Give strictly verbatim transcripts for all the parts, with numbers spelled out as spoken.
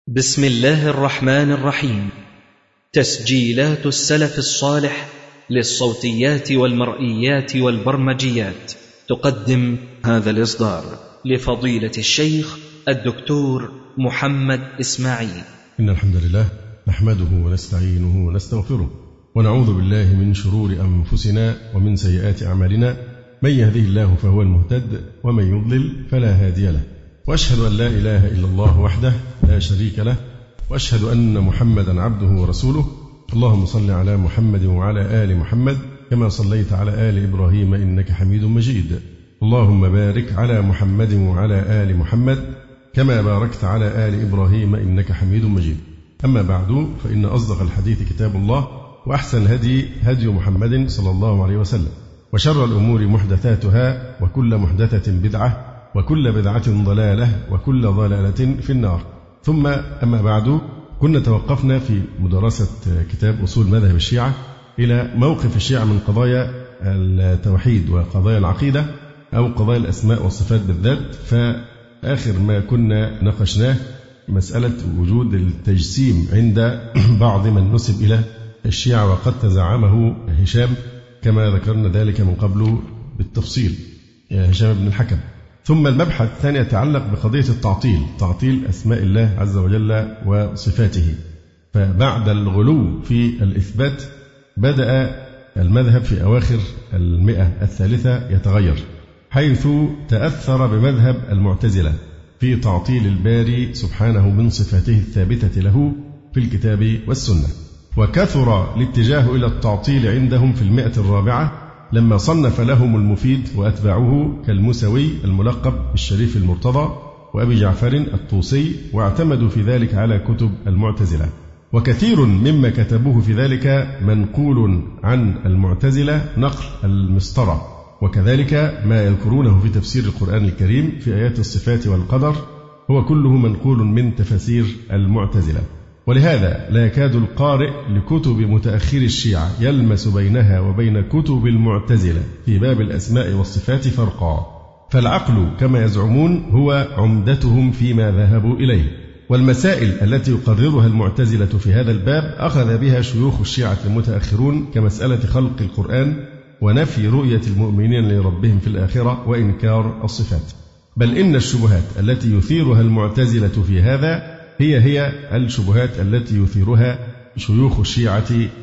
بسم الله الرحمن الرحيم. تسجيلات السلف الصالح للصوتيات والمرئيات والبرمجيات تقدم هذا الإصدار لفضيلة الشيخ الدكتور محمد إسماعيل. إن الحمد لله نحمده ونستعينه ونستغفره ونعوذ بالله من شرور أنفسنا ومن سيئات أعمالنا، من يهده الله فهو المهتد ومن يضلل فلا هادي له، وأشهد أن لا إله إلا الله وحده لا شريك له، وأشهد أن محمدا عبده ورسوله. اللهم صل على محمد وعلى آل محمد كما صليت على آل إبراهيم إنك حميد مجيد. اللهم بارك على محمد وعلى آل محمد كما باركت على آل إبراهيم إنك حميد مجيد. أما بعد، فإن أصدق الحديث كتاب الله، وأحسن الهدي هدي محمد صلى الله عليه وسلم، وشر الأمور محدثاتها، وكل محدثة بدعة، وكل بدعة ضلالة، وكل ضلالة في النار. ثم أما بعد، كنا توقفنا في مدرسة كتاب أصول مذهب الشيعة إلى موقف الشيعة من قضايا التوحيد وقضايا العقيدة أو قضايا الأسماء والصفات بالذات. فآخر ما كنا ناقشناه مسألة وجود التجسيم عند بعض من نسب إلى الشيعة، وقد تزعمه هشام كما ذكرنا ذلك من قبل بالتفصيل، هشام بن الحكم. ثم المبحث الثاني يتعلق بقضية التعطيل، تعطيل أسماء الله عز وجل وصفاته. فبعد الغلو في الإثبات بدأ المذهب في أواخر المئة الثالثة يتغير، حيث تأثر بمذهب المعتزلة في تعطيل الباري سبحانه من صفاته الثابتة له في الكتاب والسنة. وكثر الاتجاه إلى التعطيل عندهم في المئة الرابعة لما صنف لهم المفيد وأتباعه كالموسوي الملقب بالشريف المرتضى وأبي جعفر الطوسي، واعتمدوا في ذلك على كتب المعتزلة. وكثير مما كتبوه في ذلك منقول عن المعتزلة نقل المسطرة، وكذلك ما يذكرونه في تفسير القرآن الكريم في آيات الصفات والقدر هو كله منقول من تفاسير المعتزلة. ولهذا لا يكاد القارئ لكتب متأخر الشيعة يلمس بينها وبين كتب المعتزلة في باب الأسماء والصفات فرقا، فالعقل كما يزعمون هو عمدتهم فيما ذهبوا إليه. والمسائل التي يقررها المعتزلة في هذا الباب أخذ بها شيوخ الشيعة المتأخرون كمسألة خلق القرآن ونفي رؤية المؤمنين لربهم في الآخرة وإنكار الصفات. بل إن الشبهات التي يثيرها المعتزلة في هذا هي هي الشبهات التي يثيرها شيوخ الشيعة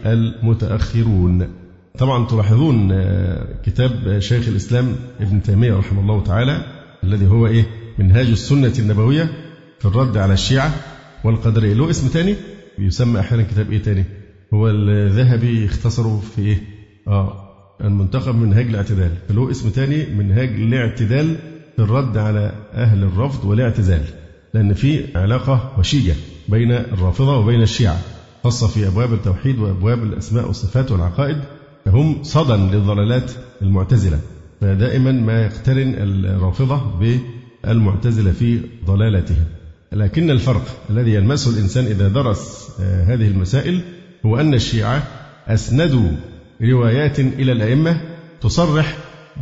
المتأخرون. طبعا تلاحظون كتاب شيخ الإسلام ابن تيمية رحمه الله تعالى الذي هو إيه منهاج السنة النبوية في الرد على الشيعة والقدرية، له اسم تاني يسمى أحيانا كتاب إيه تاني، هو الذهبي اختصره في إيه آه المنتخب منهاج الاعتدال، له اسم تاني منهاج الاعتدال في الرد على أهل الرفض والاعتزال، لأن في علاقة وشيجة بين الرافضة وبين الشيعة، خاصة في أبواب التوحيد وأبواب الأسماء والصفات والعقائد، فهم صدى للضلالات المعتزلة، فدائما ما يقترن الرافضة بالمعتزلة في ضلالتهم. لكن الفرق الذي يلمسه الإنسان إذا درس هذه المسائل هو أن الشيعة أسندوا روايات إلى الأئمة تصرح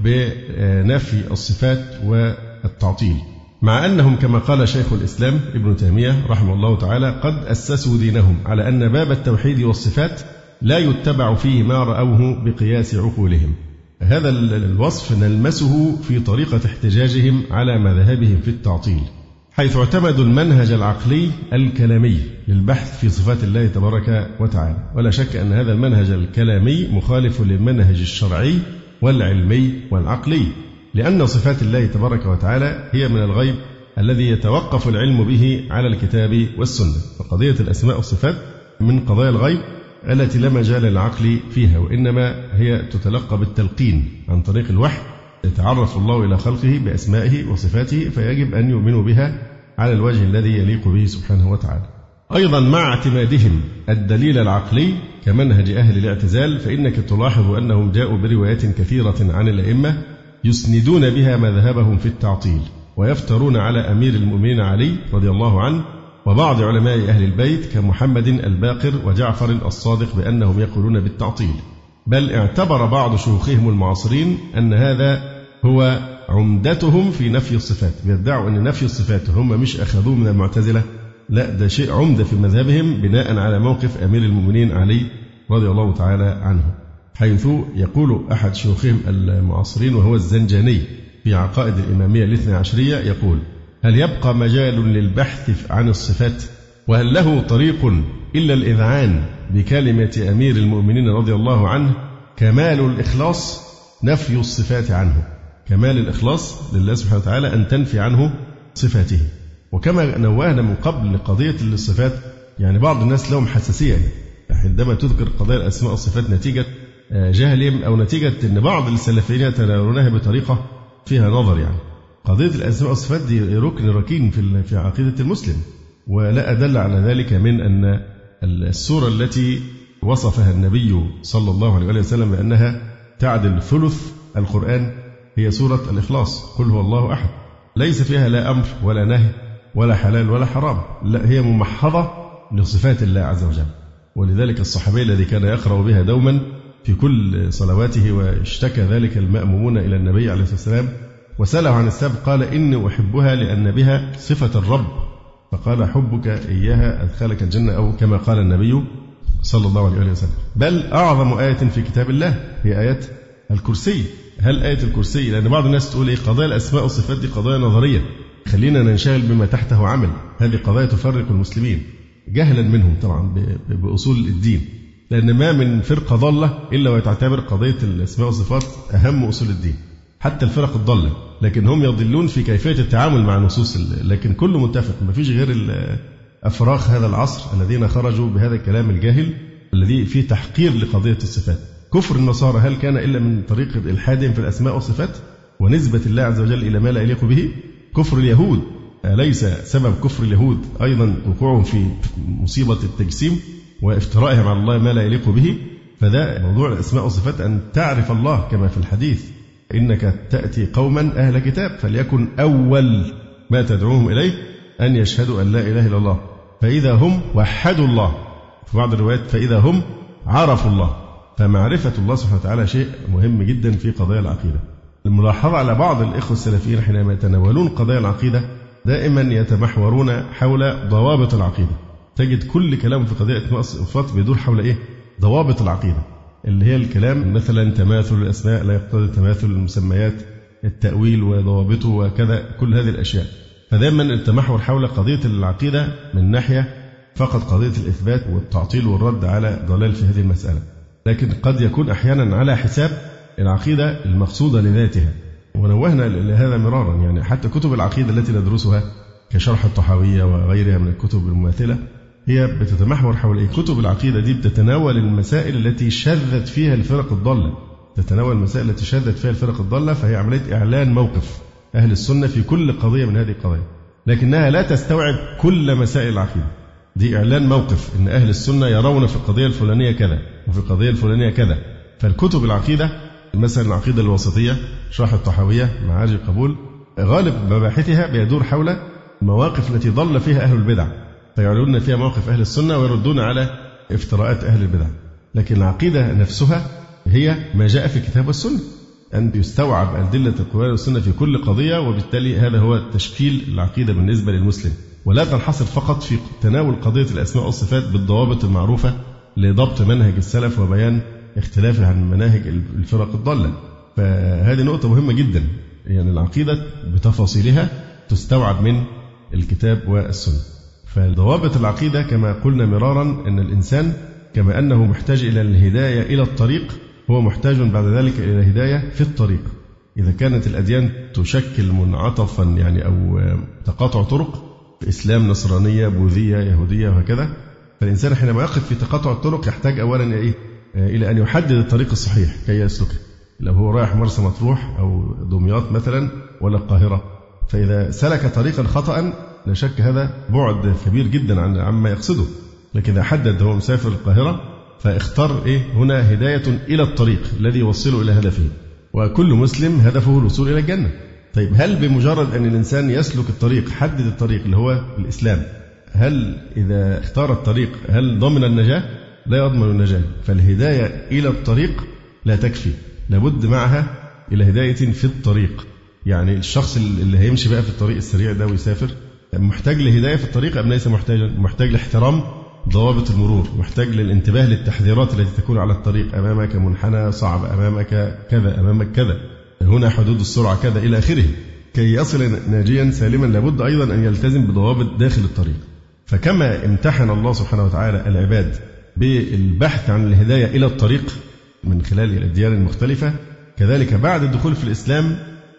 بنفي الصفات والتعطيل، مع أنهم كما قال شيخ الإسلام ابن تيمية رحمه الله تعالى قد أسسوا دينهم على أن باب التوحيد والصفات لا يتبع فيه ما رأوه بقياس عقولهم. هذا الوصف نلمسه في طريقة احتجاجهم على مذهبهم في التعطيل، حيث اعتمدوا المنهج العقلي الكلامي للبحث في صفات الله تبارك وتعالى. ولا شك أن هذا المنهج الكلامي مخالف للمنهج الشرعي والعلمي والعقلي، لأن صفات الله تبارك وتعالى هي من الغيب الذي يتوقف العلم به على الكتاب والسنة، فقضية الأسماء والصفات من قضايا الغيب التي لا مجال للعقل فيها، وإنما هي تتلقى بالتلقين عن طريق الوحي، يتعرف الله إلى خلقه بأسمائه وصفاته، فيجب أن يؤمنوا بها على الوجه الذي يليق به سبحانه وتعالى. أيضا مع اعتمادهم الدليل العقلي كمنهج أهل الاعتزال، فإنك تلاحظ أنهم جاءوا بروايات كثيرة عن الأئمة يسندون بها مذهبهم في التعطيل، ويفترون على أمير المؤمنين علي رضي الله عنه وبعض علماء أهل البيت كمحمد الباقر وجعفر الصادق بأنهم يقولون بالتعطيل. بل اعتبر بعض شيوخهم المعاصرين أن هذا هو عمدتهم في نفي الصفات، بيدعوا أن نفي الصفات هم مش أخذوه من المعتزلة، لا، ده شيء عمدة في مذهبهم بناء على موقف أمير المؤمنين علي رضي الله تعالى عنه، حيث يقول أحد شيوخهم المعاصرين وهو الزنجاني في عقائد الإمامية الاثنى عشرية، يقول: هل يبقى مجال للبحث عن الصفات؟ وهل له طريق إلا الإذعان بكلمة أمير المؤمنين رضي الله عنه: كمال الإخلاص نفي الصفات عنه. كمال الإخلاص لله سبحانه وتعالى أن تنفي عنه صفاته. وكما نوهنا من قبل قضية الصفات، يعني بعض الناس لهم حساسية عندما تذكر قضايا الأسماء والصفات نتيجة جهلهم أو نتيجة أن بعض السلفيين يتناولونها بطريقة فيها نظر. يعني قضية الأسماء والصفات دي ركن ركين في في عقيدة المسلم، ولا أدل على ذلك من أن السورة التي وصفها النبي صلى الله عليه وسلم بأنها تعدل ثلث القرآن هي سورة الإخلاص، قل هو الله أحد، ليس فيها لا أمر ولا نهي ولا حلال ولا حرام، لا، هي ممحضة لصفات الله عز وجل. ولذلك الصحابي الذي كان يقرأ بها دوما في كل صلواته واشتكى ذلك المأمومون إلى النبي عليه الصلاة والسلام وسأله عن السبب، قال: إني أحبها لأن بها صفة الرب، فقال: حبك إياها أدخلك الجنة، أو كما قال النبي صلى الله عليه وسلم. بل أعظم آية في كتاب الله هي آية الكرسي. هل آية الكرسي؟ لأن بعض الناس تقول إيه، قضايا الأسماء والصفات دي قضايا نظرية، خلينا ننشغل بما تحته عمل. هذه قضايا تفرق المسلمين جهلا منهم طبعا بأصول الدين، لأن ما من فرقة ضالة إلا وتعتبر قضية الأسماء والصفات أهم أصول الدين، حتى الفرق الضالة، لكن هم يضلون في كيفية التعامل مع نصوص. لكن كله متفق، ما فيش غير أفراخ هذا العصر الذين خرجوا بهذا الكلام الجاهل الذي فيه تحقير لقضية الصفات. كفر النصارى هل كان إلا من طريق إلحادهم في الأسماء والصفات ونسبة الله عز وجل إلى ما لا يليق به؟ كفر اليهود أليس سبب كفر اليهود أيضا وقوعهم في مصيبة التجسيم وافترائهم على الله ما لا يليق به؟ فده موضوع الأسماء والصفات، أن تعرف الله كما في الحديث: إنك تأتي قوما أهل كتاب فليكن أول ما تدعوهم إليه أن يشهدوا أن لا إله إلا الله، فإذا هم وحدوا الله، في بعض الروايات فإذا هم عرفوا الله. فمعرفة الله سبحانه وتعالى شيء مهم جدا في قضايا العقيدة. الملاحظة على بعض الإخوة السلفيين حينما يتناولون قضايا العقيدة دائما يتمحورون حول ضوابط العقيدة. تجد كل كلام في قضية أسماء والصفات بيدور حول إيه؟ ضوابط العقيدة، اللي هي الكلام مثلا تماثل الأسماء لا يقتضي تماثل المسميات، التأويل وضوابطه وكذا، كل هذه الأشياء. فدائما التمحور حول قضية العقيدة من ناحية فقط قضية الإثبات والتعطيل والرد على ضلال في هذه المسألة، لكن قد يكون أحيانا على حساب العقيدة المقصودة لذاتها. ونوهنا لهذا مرارا، يعني حتى كتب العقيدة التي ندرسها كشرح الطحاوية وغيرها من الكتب المماثلة هي بتتمحور حول إيه؟ كتب العقيدة دي بتتناول المسائل التي شذت فيها الفرق الضالة، تتناول المسائل التي شذت فيها الفرق الضالة، فهي عملية إعلان موقف أهل السنة في كل قضية من هذه القضايا، لكنها لا تستوعب كل مسائل العقيدة. دي إعلان موقف إن أهل السنة يرون في القضية الفلانية كذا وفي القضية الفلانية كذا. فالكتب العقيدة مثلا العقيدة الوسطية، شرح الطحاوية، معارج القبول، غالب مباحثها بيدور حول المواقف التي ضل فيها أهل البدع، فيعلنون فيها موقف أهل السنة ويردون على افتراءات أهل البدع. لكن العقيدة نفسها هي ما جاء في الكتاب والسنة، أن يستوعب أدلة القرآن والسنة في كل قضية، وبالتالي هذا هو تشكيل العقيدة بالنسبة للمسلم، ولا تنحصر فقط في تناول قضية الأسماء والصفات بالضوابط المعروفة لضبط منهج السلف وبيان اختلافه عن مناهج الفرق الضالة. فهذه نقطة مهمة جدا، يعني العقيدة بتفاصيلها تستوعب من الكتاب والسنة. فضوابط العقيدة كما قلنا مرارا أن الإنسان كما أنه محتاج إلى الهداية إلى الطريق، هو محتاج بعد ذلك إلى الهداية في الطريق. إذا كانت الأديان تشكل منعطفا يعني أو تقاطع طرق، إسلام، نصرانية، بوذية، يهودية وهكذا، فالإنسان حينما يقف في تقاطع الطرق يحتاج أولا إلى إيه؟ إلى أن يحدد الطريق الصحيح كي يسلكه، لو هو رايح مرسى مطروح أو دمياط مثلا ولا القاهرة. فإذا سلك طريقا خطأ لا شك هذا بعد كبير جدا عن عما يقصده، لكن إذا حدد هو مسافر القاهرة فاختار إيه هنا هداية إلى الطريق الذي يوصله إلى هدفه، وكل مسلم هدفه الوصول إلى الجنة. طيب هل بمجرد أن الإنسان يسلك الطريق، حدد الطريق اللي هو الإسلام، هل إذا اختار الطريق هل ضمن النجاة؟ لا يضمن النجاة. فالهداية إلى الطريق لا تكفي، لابد معها إلى هداية في الطريق. يعني الشخص اللي هيمشي بقى في الطريق السريع ده ويسافر محتاج لهداية في الطريق أم ليس محتاجا؟ محتاج لاحترام ضوابط المرور، محتاج للانتباه للتحذيرات التي تكون على الطريق، أمامك منحنى صعب، أمامك كذا، أمامك كذا، هنا حدود السرعة كذا إلى آخره. كي يصل ناجيا سالما لابد أيضا أن يلتزم بضوابط داخل الطريق. فكما امتحن الله سبحانه وتعالى العباد بالبحث عن الهداية إلى الطريق من خلال الأديان المختلفة، كذلك بعد الدخول في الإسلام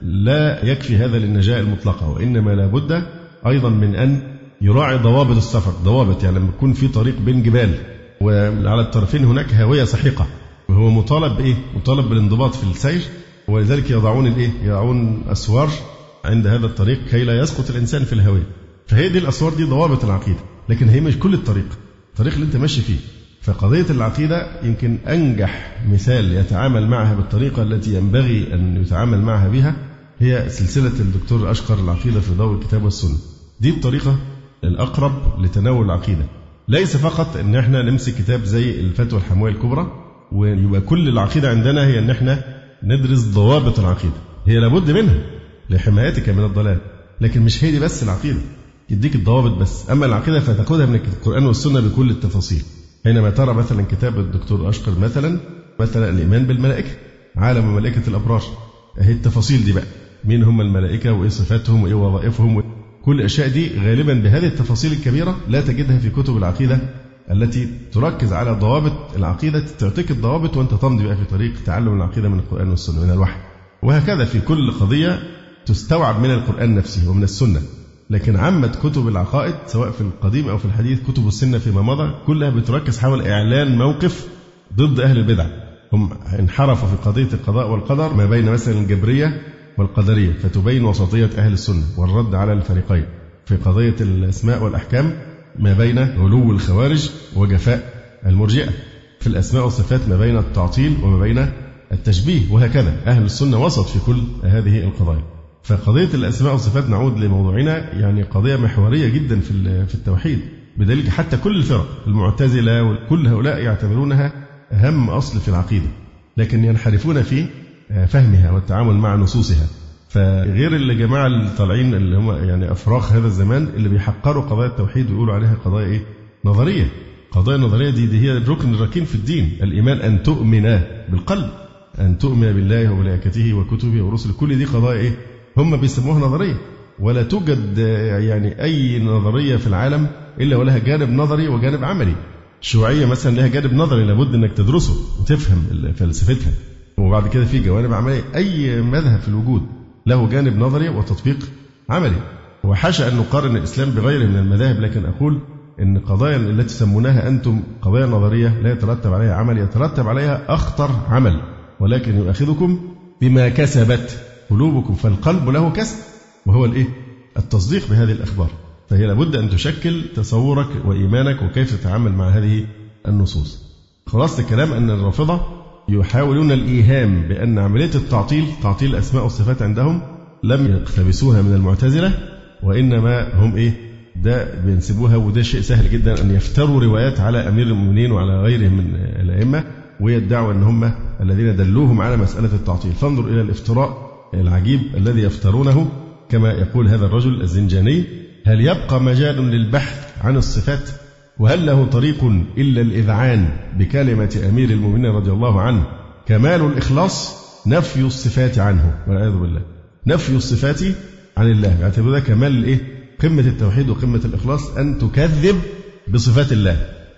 لا يكفي هذا للنجاة المطلقة، وإنما لابد أيضا من أن يراعي ضوابط السفر. ضوابط يعني لما يكون في طريق بين جبال وعلى الطرفين هناك هاوية سحيقة، وهو مطالب بإيه؟ مطالب بالانضباط في السير، ولذلك يضعون الإيه؟ يضعون أسوار عند هذا الطريق كي لا يسقط الإنسان في الهاوية. فهي دي الأسوار دي ضوابط العقيدة، لكن هي مش كل الطريق، الطريق اللي أنت ماشي فيه. فقضية العقيدة يمكن أنجح مثال يتعامل معها بالطريقة التي ينبغي أن يتعامل معها بها هي سلسلة الدكتور الأشقر العقيدة في ضوء الكتاب والسنة. دي الطريقة الأقرب لتناول العقيدة. ليس فقط أن احنا نمسك كتاب زي الفتوى الحموية الكبرى ويبقى كل العقيدة عندنا هي أن احنا ندرس ضوابط العقيدة، هي لابد منها لحمايتك من الضلال، لكن مش هي دي بس العقيدة، يديك الضوابط بس. أما العقيدة فتأخذها من القرآن والسنة بكل التفاصيل. حينما ترى مثلا كتاب الدكتور أشقر مثلا مثلا الإيمان بالملائكة، عالم ملائكة الأبرار، هي التفاصيل دي بقى، مين هم الملائكة وإيه صفاتهم وإيه وظائفهم، كل الأشياء دي غالبا بهذه التفاصيل الكبيرة لا تجدها في كتب العقيدة التي تركز على ضوابط العقيدة، تعطيك الضوابط وأنت تمضي بقى في طريق تعلم العقيدة من القرآن والسنة من الوحي. وهكذا في كل قضية تستوعب من القرآن نفسه ومن السنة. لكن عامة كتب العقائد سواء في القديم أو في الحديث، كتب السنة فيما مضى، كلها بتركز حول إعلان موقف ضد أهل البدع. هم انحرفوا في قضية القضاء والقدر ما بين مثلا الجبرية والقدرية، فتبين وسطية أهل السنة والرد على الفريقين. في قضية الأسماء والأحكام ما بين علو الخوارج وجفاء المرجئة. في الأسماء والصفات ما بين التعطيل وما بين التشبيه، وهكذا أهل السنة وسط في كل هذه القضايا. فقضية الأسماء والصفات، نعود لموضوعنا، يعني قضية محورية جدا في في التوحيد، بدليل حتى كل الفرق المعتزلة وكل هؤلاء يعتبرونها أهم أصل في العقيدة، لكن ينحرفون في فهمها والتعامل مع نصوصها. فغير الجماعة الطالعين اللي هم يعني أفراخ هذا الزمان اللي بيحقروا قضايا التوحيد ويقولوا عليها قضايا إيه؟ نظرية. قضايا النظرية دي, دي هي الركن الركين في الدين. الإيمان أن تؤمن بالقلب، أن تؤمن بالله وملائكته وكتبه ورسله، كل دي قضايا إيه؟ هم بيسموها نظرية، ولا توجد يعني أي نظرية في العالم إلا ولها جانب نظري وجانب عملي. الشيوعية مثلا لها جانب نظري لابد أنك تدرسه وتفهم فلسفتها، وبعد كده في جوانب عملية. أي مذهب في الوجود له جانب نظري وتطبيق عملي. وحاشا أن نقارن الإسلام بغيره من المذاهب، لكن أقول أن قضايا التي تسمونها أنتم قضايا نظرية لا يترتب عليها عمل، يترتب عليها أخطر عمل، ولكن يؤاخذكم بما كسبت قلوبكم، فالقلب له كسب وهو الإيه؟ التصديق بهذه الأخبار. فهي لابد أن تشكل تصورك وإيمانك وكيف تتعامل مع هذه النصوص. خلاصة الكلام أن الرافضة يحاولون الإيهام بأن عملية التعطيل، تعطيل الأسماء والصفات عندهم، لم يقتبسوها من المعتزلة، وإنما هم إيه؟ ده بينسبوها، وده شيء سهل جدا أن يفتروا روايات على أمير المؤمنين وعلى غيرهم من الأئمة ويدعوا أن هم الذين دلوهم على مسألة التعطيل. فانظر إلى الافتراء العجيب الذي يفترونه. كما يقول هذا الرجل الزنجاني: هل يبقى مجال للبحث عن الصفات؟ وهل له طريق إلا الإذعان بكلمة أمير المؤمنين رضي الله عنه: كمال الإخلاص نفي الصفات عنه، والعياذ بالله. نفي الصفات عن الله، يعتبر ده كمال الإيه؟ قمة التوحيد وقمة الإخلاص، أن تكذب بصفات الله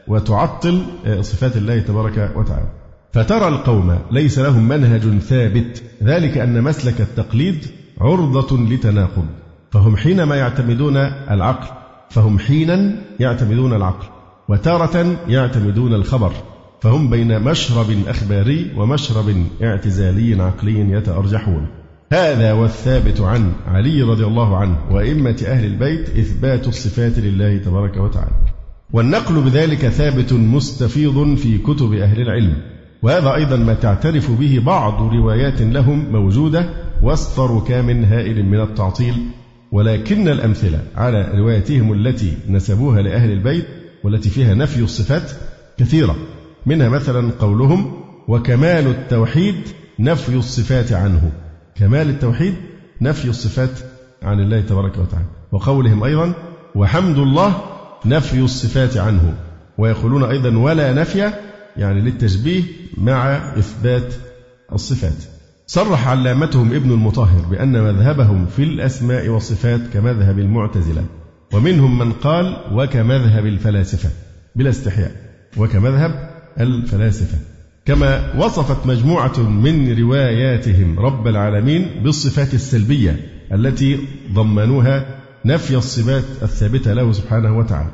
وتعطل صفات الله تبارك وتعالى. فترى القوم ليس لهم منهج ثابت، ذلك أن مسلك التقليد عرضة لتناقض، فهم حينما يعتمدون العقل فهم حينا يعتمدون العقل، وتارة يعتمدون الخبر، فهم بين مشرب أخباري ومشرب اعتزالي عقلي يتأرجحون. هذا والثابت عن علي رضي الله عنه وأئمة أهل البيت إثبات الصفات لله تبارك وتعالى، والنقل بذلك ثابت مستفيض في كتب أهل العلم، وهذا أيضا ما تعترف به بعض روايات لهم موجودة وسط ركام هائل من التعطيل، ولكن الأمثلة على رواياتهم التي نسبوها لأهل البيت والتي فيها نفي الصفات كثيرة. منها مثلا قولهم: وكمال التوحيد نفي الصفات عنه. كمال التوحيد نفي الصفات عن الله تبارك وتعالى. وقولهم أيضا وحمد الله نفي الصفات عنه، ويقولون أيضا ولا نفي يعني للتشبيه مع إثبات الصفات. صرح علامتهم ابن المطهر بأن مذهبهم في الأسماء والصفات كمذهب المعتزلة، ومنهم من قال وكمذهب الفلاسفة بلا استحياء، وكمذهب الفلاسفة. كما وصفت مجموعة من رواياتهم رب العالمين بالصفات السلبية التي ضمنوها نفي الصفات الثابتة له سبحانه وتعالى.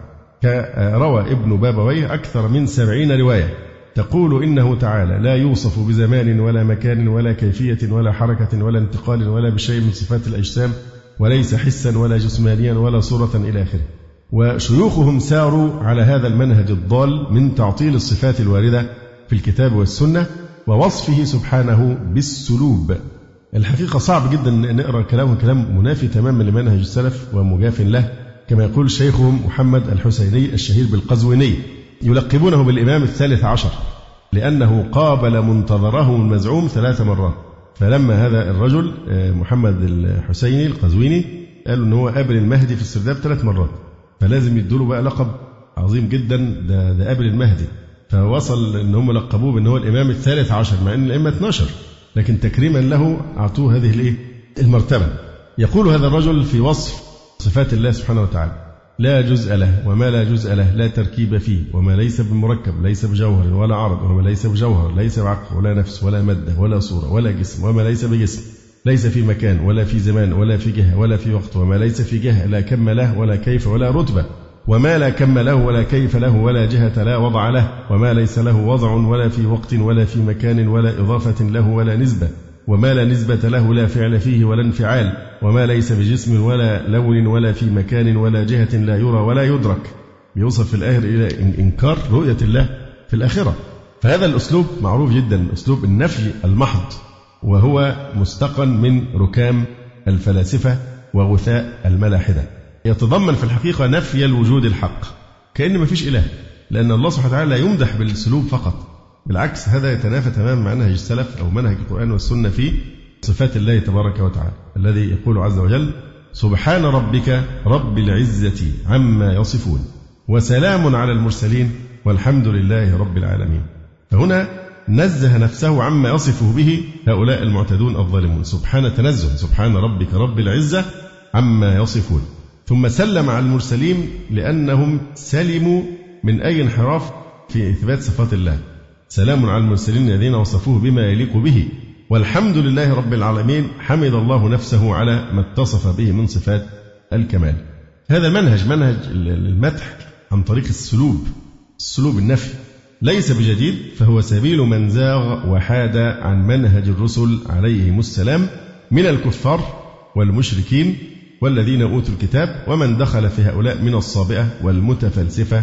كروى ابن بابويه أكثر من سبعين رواية تقول إنه تعالى لا يوصف بزمان ولا مكان ولا كيفية ولا حركة ولا انتقال ولا بشيء من صفات الأجسام، وليس حسا ولا جسمانيا ولا صورة إلى آخره. وشيوخهم ساروا على هذا المنهج الضال من تعطيل الصفات الواردة في الكتاب والسنة ووصفه سبحانه بالسلوب. الحقيقة صعب جدا نقرأ كلامه، كلام منافي تماما لمنهج السلف ومجاف له، كما يقول شيخهم محمد الحسيني الشهير بالقزويني يلقبونه بالإمام الثالث عشر لأنه قابل منتظره المزعوم ثلاث مرات. فلما هذا الرجل محمد الحسيني القزويني قالوا أنه قابل المهدي في السرداب ثلاث مرات، فلازم يدوله بقى لقب عظيم جدا، ده, ده قابل المهدي. فوصل أن هم لقبوه بأنه الإمام الثالث عشر مع أن الأئمة اثني عشر، لكن تكريما له أعطوه هذه المرتبة. يقول هذا الرجل في وصف صفات الله سبحانه وتعالى لا جزء له وما لا جزء له لا تركيب فيه، وما ليس بمركب ليس بجوهر ولا عرض، وما ليس بجوهر ليس بعقل ولا نفس ولا مادة ولا صورة ولا جسم، وما ليس بجسم ليس في مكان ولا في زمان ولا في جهة ولا في وقت، وما ليس في جهة لا كم له ولا كيف ولا رتبة، وما لا كم له ولا كيف له ولا جهة لا وضع له، وما ليس له وضع ولا في وقت ولا في مكان ولا إضافة له ولا نسبة، وما لا نسبة له لا فعل فيه ولا انفعال، وما ليس بجسم ولا لون ولا في مكان ولا جهة لا يرى ولا يدرك. بيوصف في الآخر إلى إنكار رؤية الله في الآخرة. فهذا الأسلوب معروف جدا، أسلوب النفي المحض، وهو مستقن من ركام الفلاسفة وغثاء الملاحدة. يتضمن في الحقيقة نفي الوجود الحق، كأن ما فيش إله، لأن الله سبحانه وتعالى لا يمدح بالسلوب فقط، بالعكس هذا يتنافى تماما مع منهج السلف أو منهج القرآن والسنة في صفات الله تبارك وتعالى، الذي يقول عز وجل سبحان ربك رب العزة عما يصفون وسلام على المرسلين والحمد لله رب العالمين. فهنا نزه نفسه عما يصفه به هؤلاء المعتدون الظالمون، سبحان تنزه سبحان ربك رب العزة عما يصفون، ثم سلم على المرسلين لأنهم سلموا من أي انحراف في إثبات صفات الله. سلام على المرسلين الذين وصفوه بما يليق به، والحمد لله رب العالمين حمد الله نفسه على ما اتصف به من صفات الكمال. هذا المنهج منهج المدح عن طريق السلوب، السلوب النفي ليس بجديد، فهو سبيل من زاغ وحاد عن منهج الرسل عليهم السلام من الكفار والمشركين والذين أوتوا الكتاب، ومن دخل في هؤلاء من الصابئة والمتفلسفة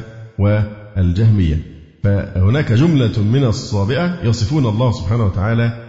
والجهمية. فهناك جملة من الصابئة يصفون الله سبحانه وتعالى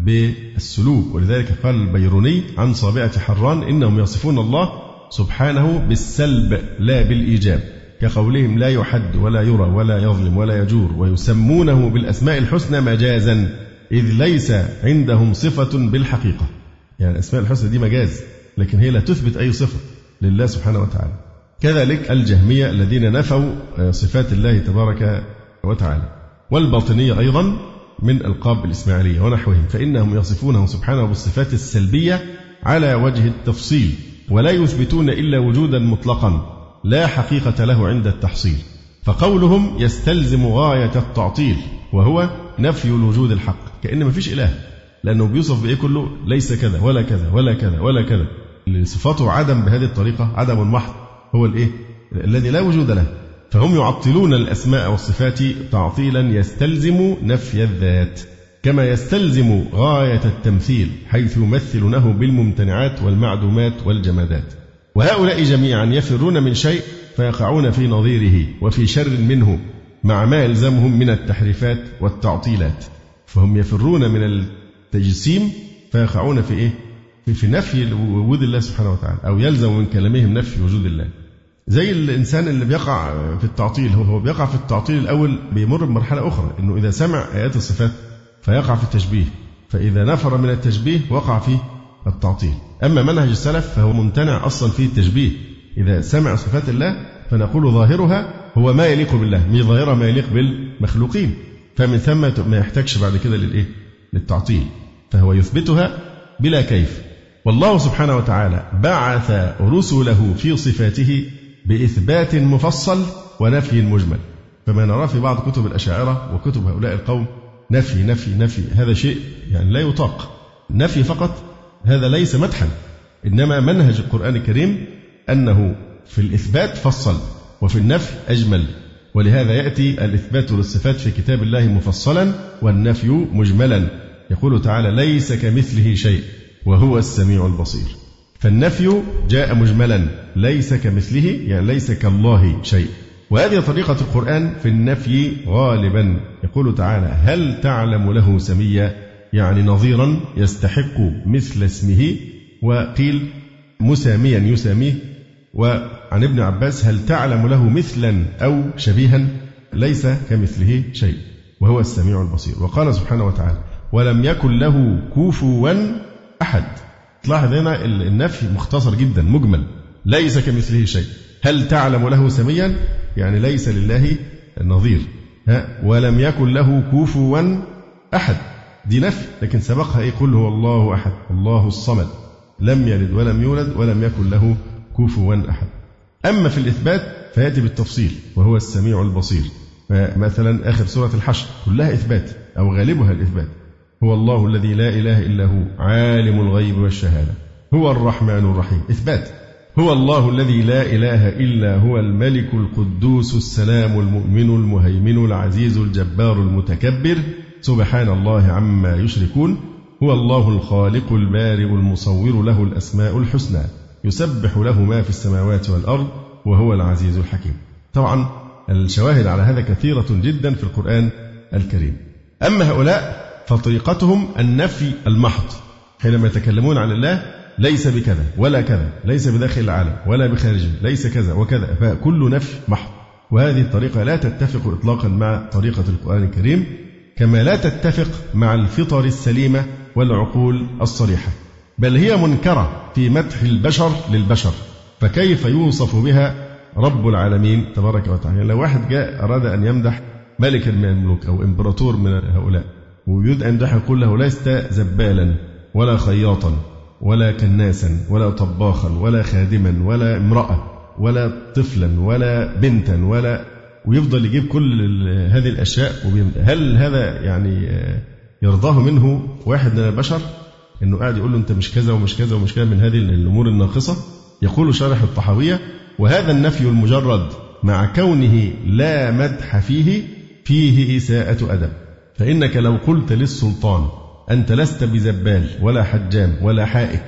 بالسلوب، ولذلك قال البيروني عن صابئة حران إنهم يصفون الله سبحانه بالسلب لا بالإيجاب، كقولهم لا يحد ولا يرى ولا يظلم ولا يجور، ويسمونه بالأسماء الحسنى مجازا إذ ليس عندهم صفة بالحقيقة. يعني الأسماء الحسنى دي مجاز، لكن هي لا تثبت أي صفة لله سبحانه وتعالى. كذلك الجهمية الذين نفوا صفات الله تبارك وتعالى، والباطنية أيضا من ألقاب الإسماعيلية ونحوهم، فإنهم يصفونه سبحانه بالصفات السلبية على وجه التفصيل، ولا يثبتون إلا وجودا مطلقا لا حقيقة له عند التحصيل. فقولهم يستلزم غاية التعطيل، وهو نفي الوجود الحق، كأن ما فيش إله، لأنه بيوصف بإيه كله ليس كذا ولا كذا ولا كذا ولا كذا. صفاته عدم بهذه الطريقة، عدم محض هو الإيه الذي لا وجود له. فهم يعطلون الأسماء والصفات تعطيلا يستلزم نفي الذات، كما يستلزم غاية التمثيل حيث يمثلونه بالممتنعات والمعدومات والجمادات. وهؤلاء جميعا يفرون من شيء فيقعون في نظيره وفي شر منه مع ما يلزمهم من التحريفات والتعطيلات. فهم يفرون من التجسيم فيقعون في إيه؟ في, في نفي وجود الله سبحانه وتعالى، أو يلزم من كلامهم نفي وجود الله. زي الإنسان اللي بيقع في التعطيل، هو هو بيقع في التعطيل الأول بيمر بمرحلة أخرى، إنه إذا سمع آيات الصفات فيقع في التشبيه، فإذا نفر من التشبيه وقع في التعطيل. أما منهج السلف فهو ممتنع أصلا فيه التشبيه، إذا سمع صفات الله فنقول ظاهرها هو ما يليق بالله، مش ظاهرها ما يليق بالمخلوقين، فمن ثم ما يحتاجش بعد كده للإيه؟ للتعطيل، فهو يثبتها بلا كيف. والله سبحانه وتعالى بعث رسله في صفاته بإثبات مفصل ونفي مجمل، فما نراه في بعض كتب الأشاعرة وكتب هؤلاء القوم نفي نفي نفي، هذا شيء يعني لا يطاق. نفي فقط هذا ليس مدحا، إنما منهج القرآن الكريم أنه في الإثبات فصل وفي النفي أجمل، ولهذا يأتي الإثبات للصفات في كتاب الله مفصلا والنفي مجملا. يقول تعالى ليس كمثله شيء وهو السميع البصير، فالنفي جاء مجملا ليس كمثله يعني ليس كالله شيء. وهذه طريقة القرآن في النفي غالبا. يقول تعالى هل تعلم له سميا يعني نظيرا يستحق مثل اسمه، وقيل مساميا يساميه. وعن ابن عباس هل تعلم له مثلا أو شبيها ليس كمثله شيء وهو السميع البصير. وقال سبحانه وتعالى ولم يكن له كفوا أحد. تلاحظ هنا النفي مختصر جدا مجمل ليس كمثله شيء. هل تعلم له سميا يعني ليس لله النظير، ها ولم يكن له كفوا أحد دي نفي، لكن سبقها إيه؟ قل هو الله أحد الله الصمد لم يلد ولم يولد ولم يكن له كفوا أحد. أما في الإثبات فيأتي بالتفصيل وهو السميع البصير. مثلا آخر سورة الحشر كلها إثبات أو غالبها الإثبات. هو الله الذي لا إله إلا هو عالم الغيب والشهادة هو الرحمن الرحيم إثبات. هو الله الذي لا إله إلا هو الملك القدوس السلام المؤمن المهيمن العزيز الجبار المتكبر سبحان الله عما يشركون. هو الله الخالق البارئ المصور له الأسماء الحسنى يسبح له ما في السماوات والأرض وهو العزيز الحكيم. طبعا الشواهد على هذا كثيرة جدا في القرآن الكريم. أما هؤلاء فطريقتهم النفي المحض، حينما يتكلمون عن الله ليس بكذا ولا كذا، ليس بداخل العالم ولا بخارجه، ليس كذا وكذا، فكل نفي محض. وهذه الطريقة لا تتفق إطلاقا مع طريقة القرآن الكريم، كما لا تتفق مع الفطر السليمة والعقول الصريحة، بل هي منكرة في مدح البشر للبشر، فكيف يوصف بها رب العالمين تبارك وتعالى؟ لو واحد جاء أراد أن يمدح ملكا من الملوك أو إمبراطور من هؤلاء ويريد أن يمدح يقول له لست زبالا ولا خياطا ولا كناسا ولا طباخا ولا خادما ولا امرأة ولا طفلا ولا بنتا ولا، ويفضل يجيب كل هذه الأشياء وبيمدح. هل هذا يعني يرضاه منه واحد من البشر أنه قاعد يقول له أنت مش كذا ومش كذا ومش كذا من هذه الأمور الناقصة؟ يقول شارح الطحاوية وهذا النفي المجرد مع كونه لا مدح فيه فيه إساءة أدب، فإنك لو قلت للسلطان أنت لست بزبال ولا حجام ولا حائك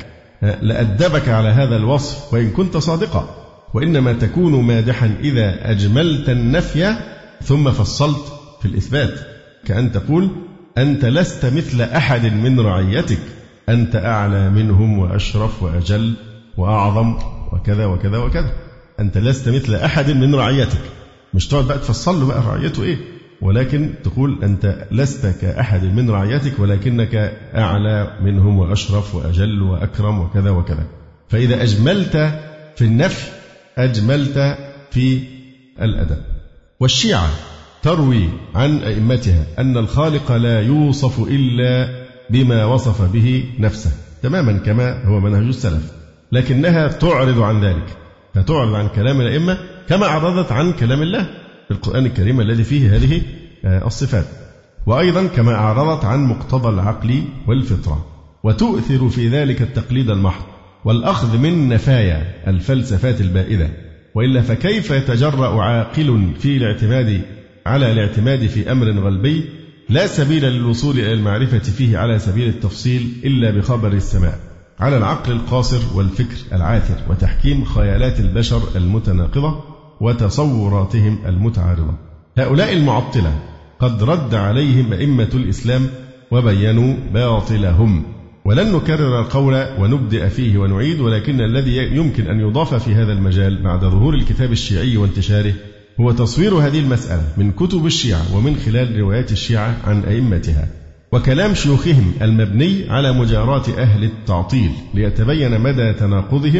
لأدبك على هذا الوصف وإن كنت صادقا، وإنما تكون مادحا إذا أجملت النفي ثم فصلت في الإثبات، كأن تقول أنت لست مثل أحد من رعيتك، أنت أعلى منهم وأشرف وأجل وأعظم وكذا وكذا وكذا، أنت لست مثل أحد من رعيتك. مش تقعد بقى تفصل له بقى رعيته إيه، ولكن تقول أنت لست كأحد من رعيتك ولكنك أعلى منهم وأشرف وأجل وأكرم وكذا وكذا. فإذا أجملت في النفي أجملت في الأدب. والشيعة تروي عن أئمتها أن الخالق لا يوصف إلا بما وصف به نفسه تماما كما هو منهج السلف، لكنها تعرض عن ذلك، فتعرض عن كلام الأئمة كما عرضت عن كلام الله في القرآن الكريم الذي فيه هذه الصفات، وأيضا كما أعرضت عن مقتضى العقل والفطرة، وتؤثر في ذلك التقليد المحض والأخذ من نفايا الفلسفات البائدة. وإلا فكيف يتجرأ عاقل في الاعتماد على الاعتماد في أمر غلبي لا سبيل للوصول إلى المعرفة فيه على سبيل التفصيل إلا بخبر السماء، على العقل القاصر والفكر العاثر وتحكيم خيالات البشر المتناقضة وتصوراتهم المتعارضة. هؤلاء المعطلة قد رد عليهم أئمة الإسلام وبينوا باطلهم، ولن نكرر القول ونبدأ فيه ونعيد، ولكن الذي يمكن أن يضاف في هذا المجال بعد ظهور الكتاب الشيعي وانتشاره هو تصوير هذه المسألة من كتب الشيعة ومن خلال روايات الشيعة عن أئمتها وكلام شيوخهم المبني على مجاراة أهل التعطيل، ليتبين مدى تناقضهم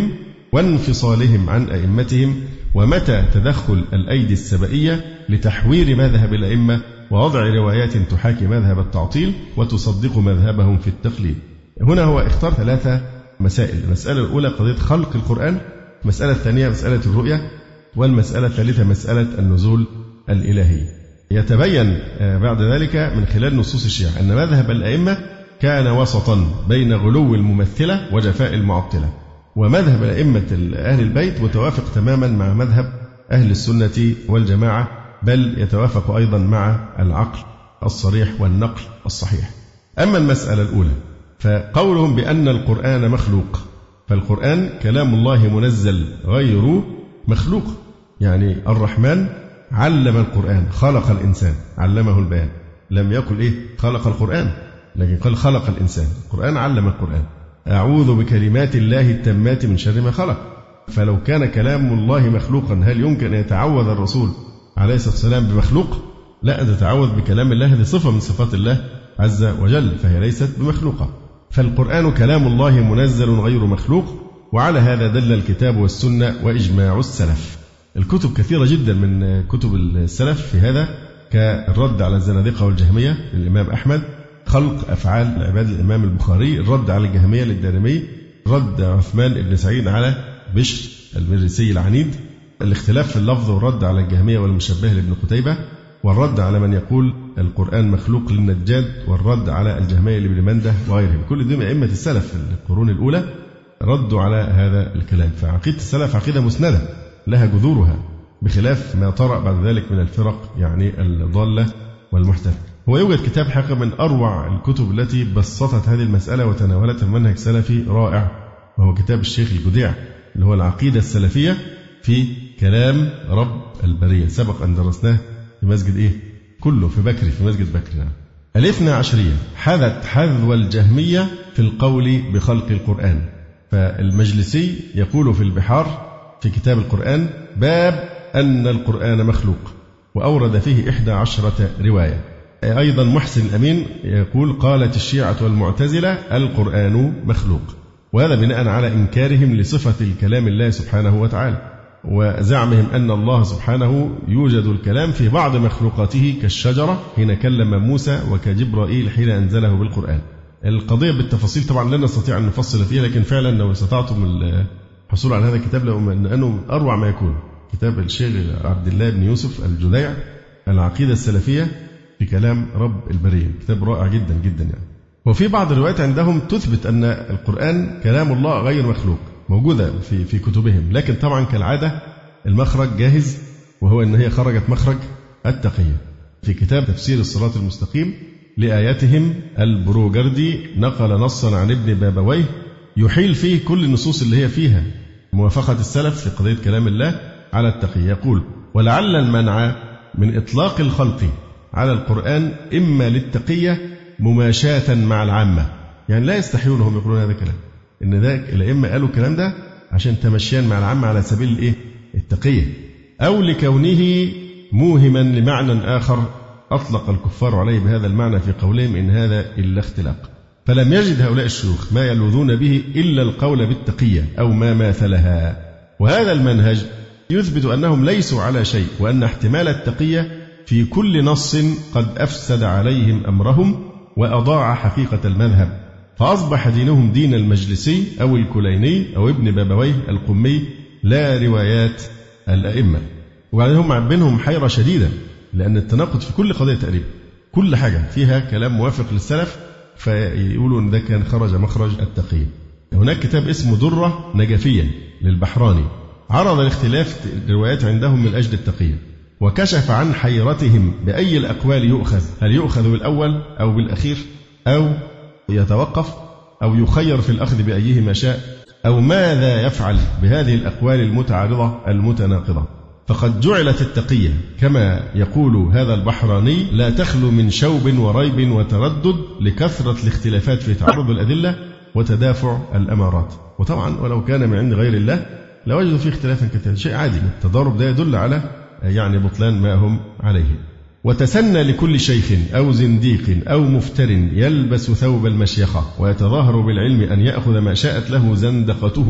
وانفصالهم عن أئمتهم، ومتى تدخل الأيدي السبائية لتحوير مذهب الأئمة ووضع روايات تحاكي مذهب التعطيل وتصدق مذهبهم في التقليد. هنا هو اختار ثلاثة مسائل. المسألة الأولى قضية خلق القرآن، المسألة الثانية مسألة الرؤية، والمسألة الثالثة مسألة النزول الإلهي. يتبين بعد ذلك من خلال نصوص الشيعة أن مذهب الأئمة كان وسطا بين غلو الممثلة وجفاء المعطلة، ومذهب الأئمة أهل البيت متوافق تماما مع مذهب أهل السنة والجماعة، بل يتوافق أيضا مع العقل الصريح والنقل الصحيح. أما المسألة الأولى فقولهم بأن القرآن مخلوق، فالقرآن كلام الله منزل غير مخلوق، يعني الرحمن علم القرآن، خلق الإنسان، علمه البيان، لم يقل إيه خلق القرآن، لكن قال خلق الإنسان. القرآن علم القرآن. أعوذ بكلمات الله التامات من شر ما خلق. فلو كان كلام الله مخلوقا هل يمكن أن يتعوذ الرسول عليه الصلاة والسلام بمخلوق؟ لا، تتعوذ بكلام الله، هذه صفة من صفات الله عز وجل، فهي ليست بمخلوقة. فالقرآن كلام الله منزل غير مخلوق، وعلى هذا دل الكتاب والسنة وإجماع السلف. الكتب كثيرة جدا من كتب السلف في هذا، كالرد على الزنادقة والجهمية للإمام أحمد، خلق أفعال العباد للإمام البخاري، الرد على الجهمية للدارمي، رد عثمان بن سعيد على بشر المريسي العنيد، الاختلاف في اللفظ والرد على الجهمية والمشبه لابن قتيبة، والرد على من يقول القرآن مخلوق للنجاد، والرد على الجهمية لابن منده وغيرهم. كل دي أئمة السلف في القرون الأولى ردوا على هذا الكلام. فعقيدة السلف عقيدة مسندة لها جذورها، بخلاف ما طرأ بعد ذلك من الفرق يعني الضالة والمحدثة. هو يوجد كتاب حقيقة من أروع الكتب التي بسطت هذه المسألة وتناولتها منهج سلفي رائع، وهو كتاب الشيخ الجديع اللي هو العقيدة السلفية في كلام رب البرية، سبق أن درسناه في مسجد إيه؟ كله في بكري، في مسجد بكري. نعم. الاثنى عشرية حذت حذو الجهمية في القول بخلق القرآن. فالمجلسي يقول في البحار في كتاب القرآن باب أن القرآن مخلوق، وأورد فيه إحدى عشرة رواية. أيضا محسن الأمين يقول قالت الشيعة والمعتزلة القرآن مخلوق، وهذا بناء على إنكارهم لصفة الكلام الله سبحانه وتعالى، وزعمهم أن الله سبحانه يوجد الكلام في بعض مخلوقاته كالشجرة حين كلم موسى وكجبرائيل حين أنزله بالقرآن. القضية بالتفاصيل طبعا لا نستطيع أن نفصل فيها، لكن فعلا لو استطعتم الحصول على هذا الكتاب لأنه أروع ما يكون، كتاب الشيخ عبد الله بن يوسف الجديع العقيدة السلفية في كلام رب البرية، كتاب رائع جدا جدا يعني. وفي بعض الروايات عندهم تثبت أن القرآن كلام الله غير مخلوق، موجودة في في كتبهم، لكن طبعا كالعادة المخرج جاهز، وهو أن هي خرجت مخرج التقية. في كتاب تفسير الصراط المستقيم لآياتهم البروجردي نقل نصا عن ابن بابويه يحيل فيه كل النصوص اللي هي فيها موافقة السلف في قضية كلام الله على التقية. يقول ولعل المنع من إطلاق الخلق على القرآن إما للتقية مماشاة مع العامة، يعني لا يستحيونهم يقولون هذا الكلام، إن ذاك الأئمة قالوا الكلام ده عشان تمشيان مع العامة على سبيل الإيه؟ التقية، أو لكونه موهما لمعنى آخر أطلق الكفار عليه بهذا المعنى في قولهم إن هذا إلا اختلاق. فلم يجد هؤلاء الشيوخ ما يلوذون به إلا القول بالتقية أو ما ماثلها، وهذا المنهج يثبت أنهم ليسوا على شيء، وأن احتمال التقية في كل نص قد أفسد عليهم أمرهم وأضاع حقيقة المذهب، فأصبح دينهم دين المجلسي أو الكليني أو ابن بابويه القمي لا روايات الأئمة. وبعدين هم بينهم حيرة شديدة، لأن التناقض في كل قضية تقريبا، كل حاجة فيها كلام موافق للسلف، فيقولوا أن ده كان خرج مخرج التقية. هناك كتاب اسمه درة نجفية للبحراني عرض الاختلاف الروايات عندهم من أجل التقية، وكشف عن حيرتهم بأي الأقوال يؤخذ، هل يؤخذ بالأول أو بالأخير، أو يتوقف، أو يخير في الأخذ بأيهما شاء، أو ماذا يفعل بهذه الأقوال المتعارضة المتناقضة. فقد جعلت التقية كما يقول هذا البحراني لا تخلو من شوب وريب وتردد لكثرة الاختلافات في تعارض الأدلة وتدافع الأمارات. وطبعا ولو كان من عند غير الله لوجدوا فيه اختلافا كثيرا، شيء عادي، التضارب ده يدل على يعني بطلان ما هم عليه. وتسنى لكل شيخ أو زنديق أو مفتر يلبس ثوب المشيخة ويتظاهر بالعلم أن يأخذ ما شاءت له زندقته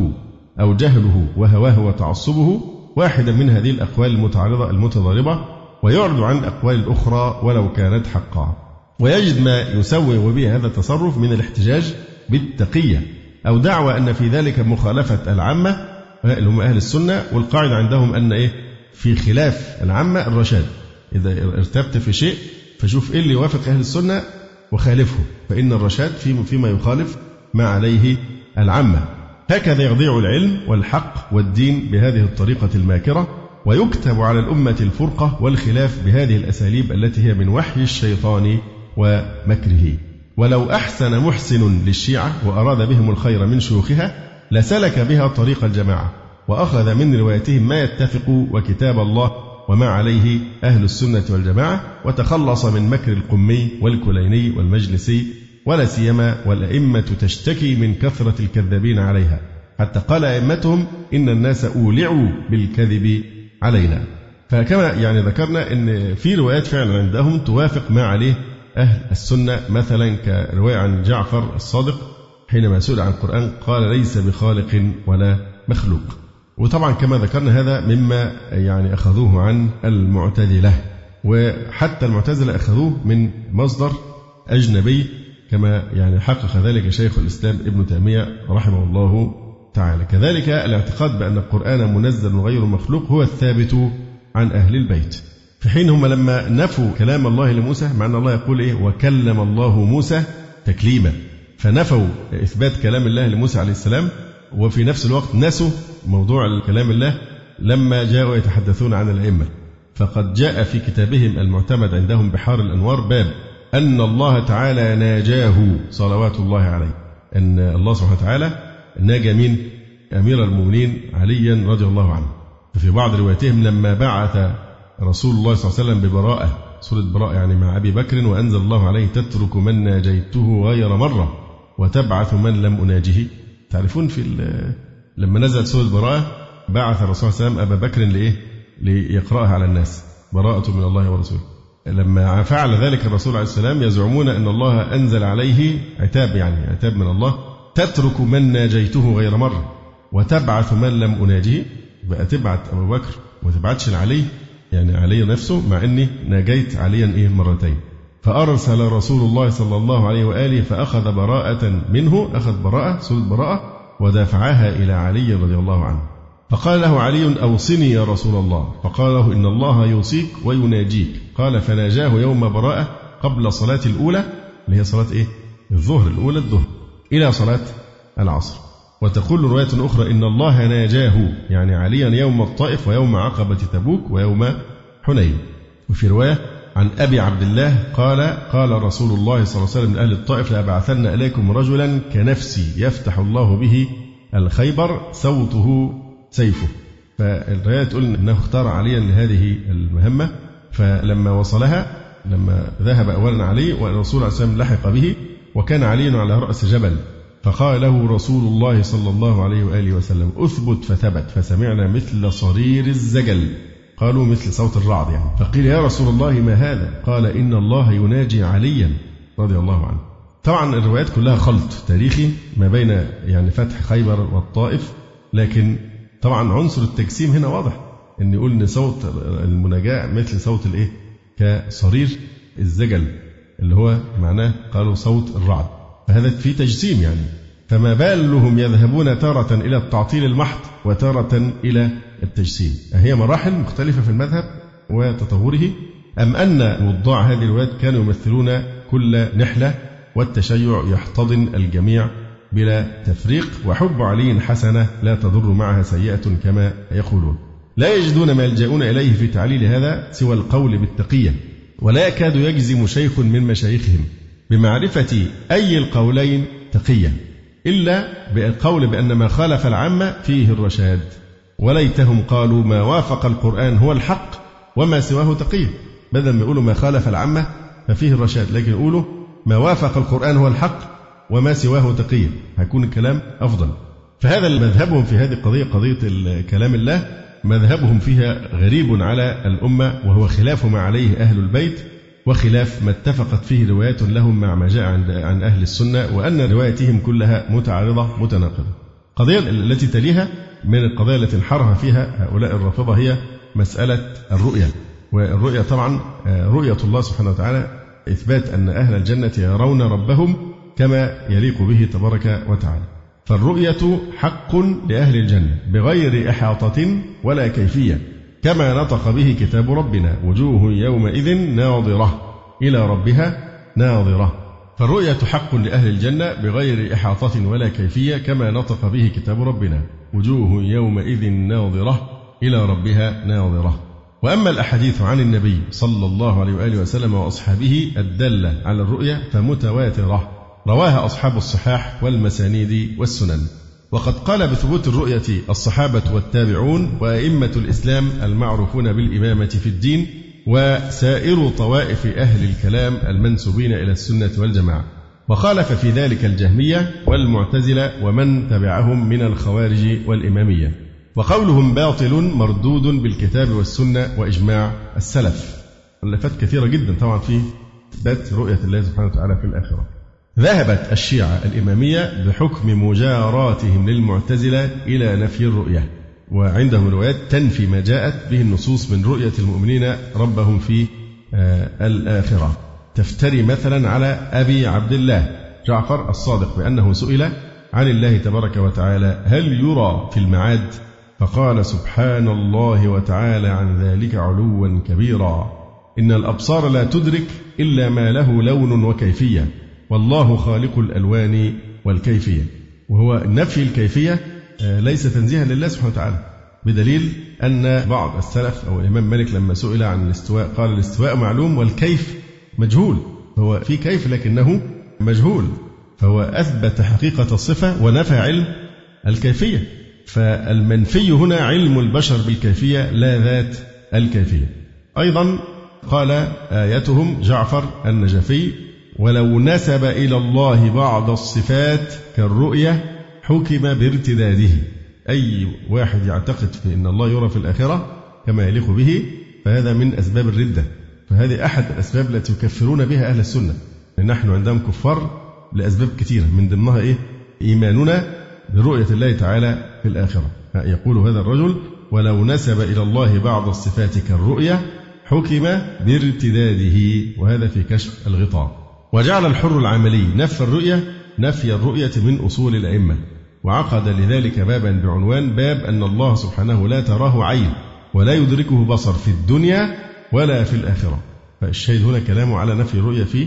أو جهله وهواه وتعصبه واحدا من هذه الأقوال المتعارضة المتضاربة، ويعرض عن الأقوال الأخرى ولو كانت حقا، ويجد ما يسوغ به هذا التصرف من الاحتجاج بالتقية أو دعوى أن في ذلك مخالفة العامة اللي هم أهل السنة. والقاعدة عندهم أن إيه في خلاف العامة الرشاد، إذا ارتبت في شيء فشوف إيه اللي يوافق أهل السنة وخالفه، فإن الرشاد فيما يخالف ما عليه العامة. هكذا يضيع العلم والحق والدين بهذه الطريقة الماكرة، ويكتب على الأمة الفرقة والخلاف بهذه الأساليب التي هي من وحي الشيطان ومكره. ولو أحسن محسن للشيعة وأراد بهم الخير من شيوخها لسلك بها طريق الجماعة، وأخذ من روايتهم ما يتفق وكتاب الله وما عليه أهل السنة والجماعة، وتخلص من مكر القمي والكليني والمجلسي، ولا سيما والأئمة تشتكي من كثرة الكذابين عليها، حتى قال أئمتهم إن الناس أولعوا بالكذب علينا. فكما يعني ذكرنا أن في روايات فعلا عندهم توافق ما عليه أهل السنة، مثلا كرواية عن جعفر الصادق حينما سئل عن القرآن قال ليس بخالق ولا مخلوق. وطبعا كما ذكرنا هذا مما يعني أخذوه عن المعتزلة، وحتى المعتزلة أخذوه من مصدر أجنبي كما يعني حقق ذلك شيخ الإسلام ابن تيمية رحمه الله تعالى. كذلك الاعتقاد بأن القرآن منزل غير مخلوق هو الثابت عن أهل البيت، في حين هم لما نفوا كلام الله لموسى، مع أن الله يقول إيه وكلم الله موسى تكليما، فنفوا إثبات كلام الله لموسى عليه السلام، وفي نفس الوقت نسوا موضوع كلام الله لما جاءوا يتحدثون عن الأئمة. فقد جاء في كتابهم المعتمد عندهم بحار الأنوار باب أن الله تعالى ناجاه صلوات الله عليه، أن الله سبحانه وتعالى ناجى من أمير المؤمنين عليا رضي الله عنه. ففي بعض رواياتهم لما بعث رسول الله صلى الله عليه وسلم ببراءة، سورة براءة يعني مع أبي بكر، وأنزل الله عليه تترك من ناجيته غير مرة وتبعث من لم أناجه. تعرفون في لما نزلت سورة براءة بعث الرسول صلى الله عليه وسلم أبا بكر لإيه؟ ليقرأها على الناس، براءة من الله ورسوله. لما فعل ذلك الرسول عليه السلام يزعمون أن الله أنزل عليه عتاب، يعني عتاب من الله، تترك من ناجيته غير مرة وتبعث من لم أناجه، بقى تبعت أبو بكر وتبعتش لعلي، يعني علي نفسه، مع أني ناجيت عليا إيه مرتين. فأرسل رسول الله صلى الله عليه وآله فأخذ براءة منه، أخذ براءة سورة براءة ودافعها إلى علي رضي الله عنه. فقال له علي أوصني يا رسول الله، فقال له إن الله يوصيك ويناجيك. قال فناجاه يوم براءة قبل صلاة الأولى، اللي هي صلاة إيه؟ الظهر، الأولى الظهر، إلى صلاة العصر. وتقول رواية أخرى إن الله ناجاه يعني عليا يوم الطائف ويوم عقبة تبوك ويوم حنين. وفي رواية عن أبي عبد الله قال قال رسول الله صلى الله عليه وسلم لأهل الطائف لأبعثن إليكم رجلا كنفسي يفتح الله به الخيبر صوته سيفه. فالرواية تقول أنه اختار عليا لهذه المهمة، فلما وصلها لما ذهب أولا علي والرسول عليه السلام لحق به، وكان علي على رأس جبل، فقال له رسول الله صلى الله عليه وآله وسلم أثبت، فثبت، فسمعنا مثل صرير الزجل، قالوا مثل صوت الرعد يعني. فقيل يا رسول الله ما هذا؟ قال إن الله يناجي عليا رضي الله عنه. طبعا الروايات كلها خلط تاريخي ما بين يعني فتح خيبر والطائف، لكن طبعا عنصر التجسيم هنا واضح، ان يقول ان صوت المناجاة مثل صوت الايه كصرير الزجل، اللي هو معناه قالوا صوت الرعد، فهذا في تجسيم يعني. فما بالهم يذهبون تارة إلى التعطيل المحض وتارة إلى التجسيم؟ هي مراحل مختلفة في المذهب وتطوره، أم أن وضاع هذه الروايات كانوا يمثلون كل نحلة والتشيع يحتضن الجميع بلا تفريق، وحب علي حسنة لا تضر معها سيئة كما يقولون. لا يجدون ما يلجؤون إليه في تعليل هذا سوى القول بالتقية، ولا يكاد يجزم شيخ من مشايخهم بمعرفة أي القولين تقيا إلا بالقول بأن ما خالف العامة فيه الرشاد، وليتهم قالوا ما وافق القرآن هو الحق وما سواه تقيا، بدل ما يقولوا ما خالف العامة ففيه الرشاد، لكن يقولوا ما وافق القرآن هو الحق وما سواه تقيا، هيكون الكلام أفضل. فهذا مذهبهم في هذه القضية، قضية كلام الله، مذهبهم فيها غريب على الأمة، وهو خلاف ما عليه أهل البيت وخلاف ما اتفقت فيه روايات لهم مع ما جاء عن أهل السنة، وأن روايتهم كلها متعارضة متناقضة. القضية التي تليها من القضايا التي انحرها فيها هؤلاء الرافضة هي مسألة الرؤية. والرؤية طبعا رؤية الله سبحانه وتعالى، إثبات أن أهل الجنة يرون ربهم كما يليق به تبارك وتعالى. فالرؤية حق لأهل الجنة بغير إحاطة ولا كيفية، كما نطق به كتاب ربنا: وجوه يومئذ ناظرة إلى ربها ناظرة. فالرؤية حق لأهل الجنة بغير إحاطة ولا كيفية، كما نطق به كتاب ربنا: وجوه يومئذ ناظرة إلى ربها ناظرة. وأما الأحاديث عن النبي صلى الله عليه وآله وسلم وأصحابه الدالة على الرؤية فمتواترة، رواها أصحاب الصحاح والمسانيد والسنن. وقد قال بثبوت الرؤية الصحابة والتابعون وأئمة الإسلام المعروفون بالإمامة في الدين، وسائر طوائف أهل الكلام المنسوبين إلى السنة والجماعة. وخالف في ذلك الجهمية والمعتزلة ومن تبعهم من الخوارج والإمامية. وقولهم باطل مردود بالكتاب والسنة وإجماع السلف. مؤلفات كثيرة جدا طبعا في إثبات رؤية الله سبحانه وتعالى في الآخرة. ذهبت الشيعة الإمامية بحكم مجاراتهم للمعتزلة إلى نفي الرؤية، وعندهم روايات تنفي ما جاءت به النصوص من رؤية المؤمنين ربهم في آه الآخرة. تفتري مثلا على أبي عبد الله جعفر الصادق بأنه سئل عن الله تبارك وتعالى: هل يرى في المعاد؟ فقال: سبحان الله وتعالى عن ذلك علوا كبيرا، إن الأبصار لا تدرك إلا ما له لون وكيفية، والله خالق الألوان والكيفية. وهو نفي الكيفية ليس تنزيها لله سبحانه وتعالى، بدليل أن بعض السلف أو الإمام مالك لما سئل عن الاستواء قال: الاستواء معلوم والكيف مجهول. هو في كيف لكنه مجهول، فهو أثبت حقيقة الصفة ونفى علم الكيفية. فالمنفي هنا علم البشر بالكيفية لا ذات الكيفية. أيضا قال آيتهم جعفر النجفي: ولو نسب إلى الله بعض الصفات كالرؤية حكم بارتداده. أي واحد يعتقد في أن الله يرى في الآخرة كما يليق به فهذا من أسباب الردة. فهذه أحد الأسباب التي يكفرون بها أهل السنة. نحن عندهم كفار لأسباب كثيرة، من ضمنها إيه؟ إيماننا برؤية الله تعالى في الآخرة. يقول هذا الرجل: ولو نسب إلى الله بعض الصفات كالرؤية حكم بارتداده، وهذا في كشف الغطاء. وجعل الحر العملي نفي الرؤية نفي الرؤية من أصول الأئمة، وعقد لذلك بابا بعنوان: باب أن الله سبحانه لا تراه عين ولا يدركه بصر في الدنيا ولا في الآخرة. فالشاهد هنا كلامه على نفي الرؤية في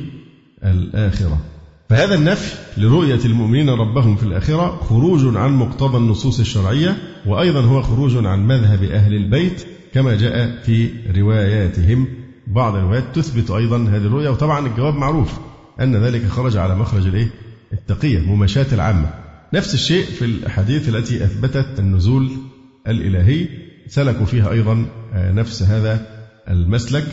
الآخرة. فهذا النفي لرؤية المؤمنين ربهم في الآخرة خروج عن مقتضى النصوص الشرعية، وأيضا هو خروج عن مذهب أهل البيت كما جاء في رواياتهم. بعض الروايات تثبت أيضا هذه الرؤية، وطبعا الجواب معروف أن ذلك خرج على مخرج الإيه؟ التقية، مماشاة العامة. نفس الشيء في الأحاديث التي أثبتت النزول الإلهي سلكوا فيها أيضا نفس هذا المسلك.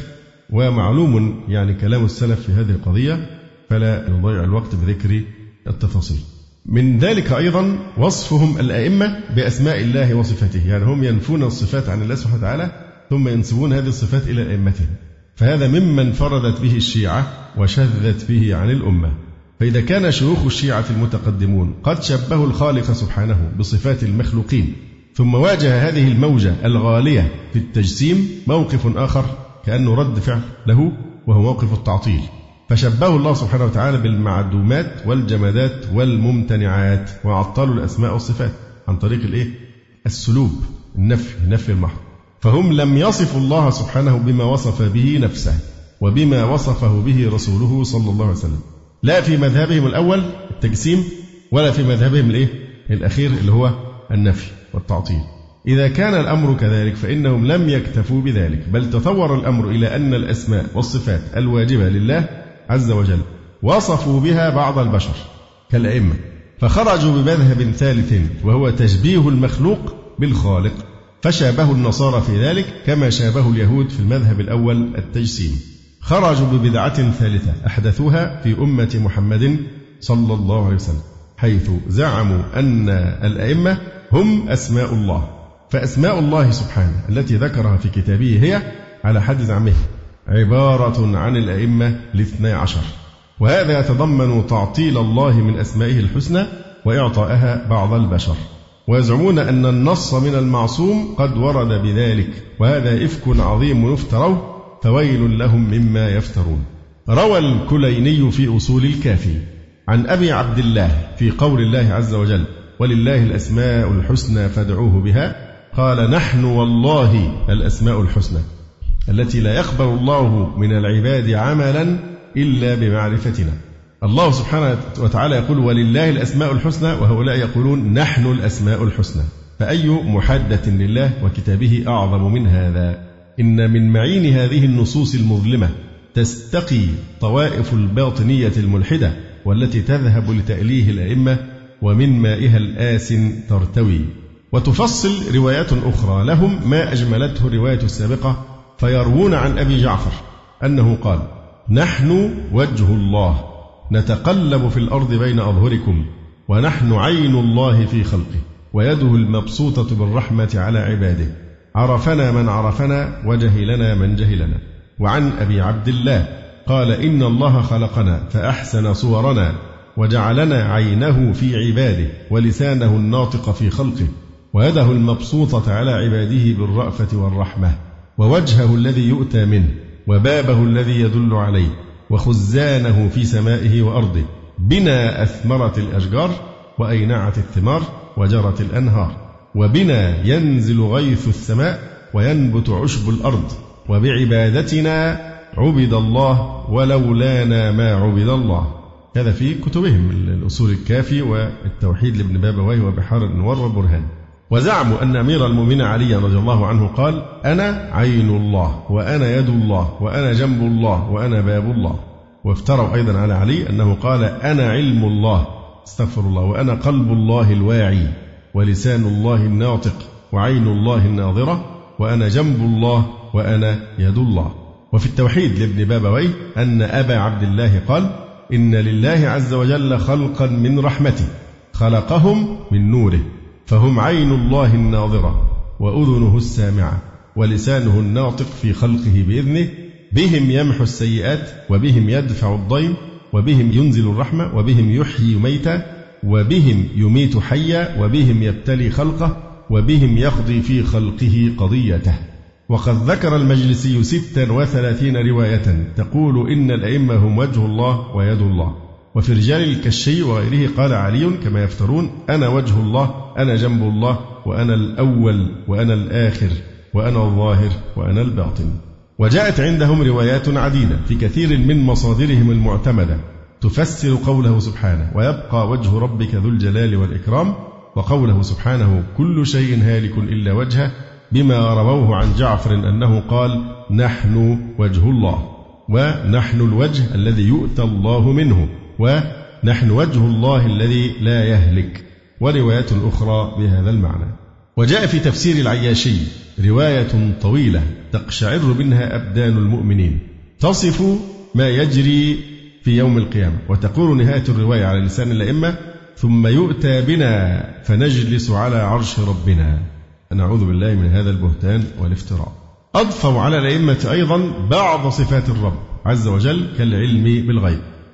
ومعلوم يعني كلام السلف في هذه القضية، فلا نضيع الوقت بذكر التفاصيل. من ذلك أيضا وصفهم الأئمة بأسماء الله وصفاته، يعني هم ينفون الصفات عن الله سبحانه وتعالى ثم ينسبون هذه الصفات إلى أئمتهم. فهذا ممن فردت به الشيعة وشذت به عن الأمة. فإذا كان شيوخ الشيعة المتقدمون قد شبهوا الخالق سبحانه بصفات المخلوقين، ثم واجه هذه الموجة الغالية في التجسيم موقف آخر كأنه رد فعل له، وهو موقف التعطيل، فشبهوا الله سبحانه وتعالى بالمعدومات والجمادات والممتنعات، وعطلوا الأسماء والصفات عن طريق الإيه؟ السلوب، النفي، نفي المحض. فهم لم يصفوا الله سبحانه بما وصف به نفسه وبما وصفه به رسوله صلى الله عليه وسلم، لا في مذهبهم الأول التجسيم، ولا في مذهبهم الإيه؟ الأخير اللي هو النفي والتعطيل. إذا كان الأمر كذلك فإنهم لم يكتفوا بذلك، بل تطور الأمر إلى أن الأسماء والصفات الواجبة لله عز وجل وصفوا بها بعض البشر كالأئمة، فخرجوا بمذهب ثالث وهو تشبيه المخلوق بالخالق، فشابهوا النصارى في ذلك كما شابهوا اليهود في المذهب الأول التجسيم. خرجوا ببدعة ثالثة أحدثوها في أمة محمد صلى الله عليه وسلم، حيث زعموا أن الأئمة هم أسماء الله، فأسماء الله سبحانه التي ذكرها في كتابه هي على حد زعمه عبارة عن الأئمة الاثني عشر، وهذا يتضمن تعطيل الله من أسمائه الحسنى وإعطاءها بعض البشر. ويزعمون أن النص من المعصوم قد ورد بذلك، وهذا إفك عظيم يفتروه، فويل لهم مما يفترون. روى الكليني في أصول الكافي عن أبي عبد الله في قول الله عز وجل: ولله الأسماء الحسنى فادعوه بها، قال: نحن والله الأسماء الحسنى التي لا يقبل الله من العباد عملا إلا بمعرفتنا. الله سبحانه وتعالى يقول: ولله الأسماء الحسنى، وهؤلاء يقولون: نحن الأسماء الحسنى. فأي محادة لله وكتابه أعظم من هذا؟ إن من معين هذه النصوص المظلمة تستقي طوائف الباطنية الملحدة، والتي تذهب لتأليه الأئمة ومن مائها الآسن ترتوي. وتفصل روايات أخرى لهم ما أجملته الرواية السابقة، فيروون عن أبي جعفر أنه قال: نحن وجه الله نتقلب في الأرض بين أظهركم، ونحن عين الله في خلقه، ويده المبسوطة بالرحمة على عباده، عرفنا من عرفنا وجهلنا من جهلنا. وعن أبي عبد الله قال: إن الله خلقنا فأحسن صورنا، وجعلنا عينه في عباده، ولسانه الناطق في خلقه، ويده المبسوطة على عباده بالرأفة والرحمة، ووجهه الذي يؤتى منه، وبابه الذي يدل عليه، وخزانه في سمائه وأرضه، بنا أثمرت الأشجار وأينعت الثمار وجرت الأنهار، وبنا ينزل غيث السماء وينبت عشب الأرض، وبعبادتنا عبد الله ولولانا ما عبد الله. هذا في كتبهم الأصول الكافي والتوحيد لابن بابويه وبحار الأنوار والبرهان. وزعموا أن أمير المؤمنين علي رضي الله عنه قال: أنا عين الله، وأنا يد الله، وأنا جنب الله، وأنا باب الله. وافتروا أيضا على علي أنه قال: أنا علم الله، استغفر الله، وأنا قلب الله الواعي، ولسان الله الناطق، وعين الله الناظرة، وأنا جنب الله، وأنا يد الله. وفي التوحيد لابن بابويه أن أبا عبد الله قال: إن لله عز وجل خلقا من رحمته، خلقهم من نوره، فهم عين الله الناظرة، وأذنه السامعة، ولسانه الناطق في خلقه بإذنه، بهم يمحو السيئات، وبهم يدفع الضيم، وبهم ينزل الرحمة، وبهم يحيي ميتا، وبهم يميت حيا، وبهم يبتلي خلقه، وبهم يقضي في خلقه قضيته. وقد ذكر المجلسي ستا وثلاثين رواية تقول إن الأئمة هم وجه الله ويد الله. وفي رجال الكشي وغيره قال علي كما يفترون: أنا وجه الله، أنا جنب الله، وأنا الأول، وأنا الآخر، وأنا الظاهر، وأنا الباطن. وجاءت عندهم روايات عديدة في كثير من مصادرهم المعتمدة تفسر قوله سبحانه: ويبقى وجه ربك ذو الجلال والإكرام، وقوله سبحانه: كل شيء هالك إلا وجهه، بما رووه عن جعفر أنه قال: نحن وجه الله، ونحن الوجه الذي يؤتى الله منه، ونحن وجه الله الذي لا يهلك. وروايات أخرى بهذا المعنى. وجاء في تفسير العياشي رواية طويلة تقشعر منها أبدان المؤمنين تصف ما يجري في يوم القيامة، وتقول نهاية الرواية على لسان الأئمة: ثم يؤتى بنا فنجلس على عرش ربنا. نعوذ بالله من هذا البهتان والافتراء. أضفوا على الأئمة أيضا بعض صفات الرب عز وجل كالعلم بالغيب.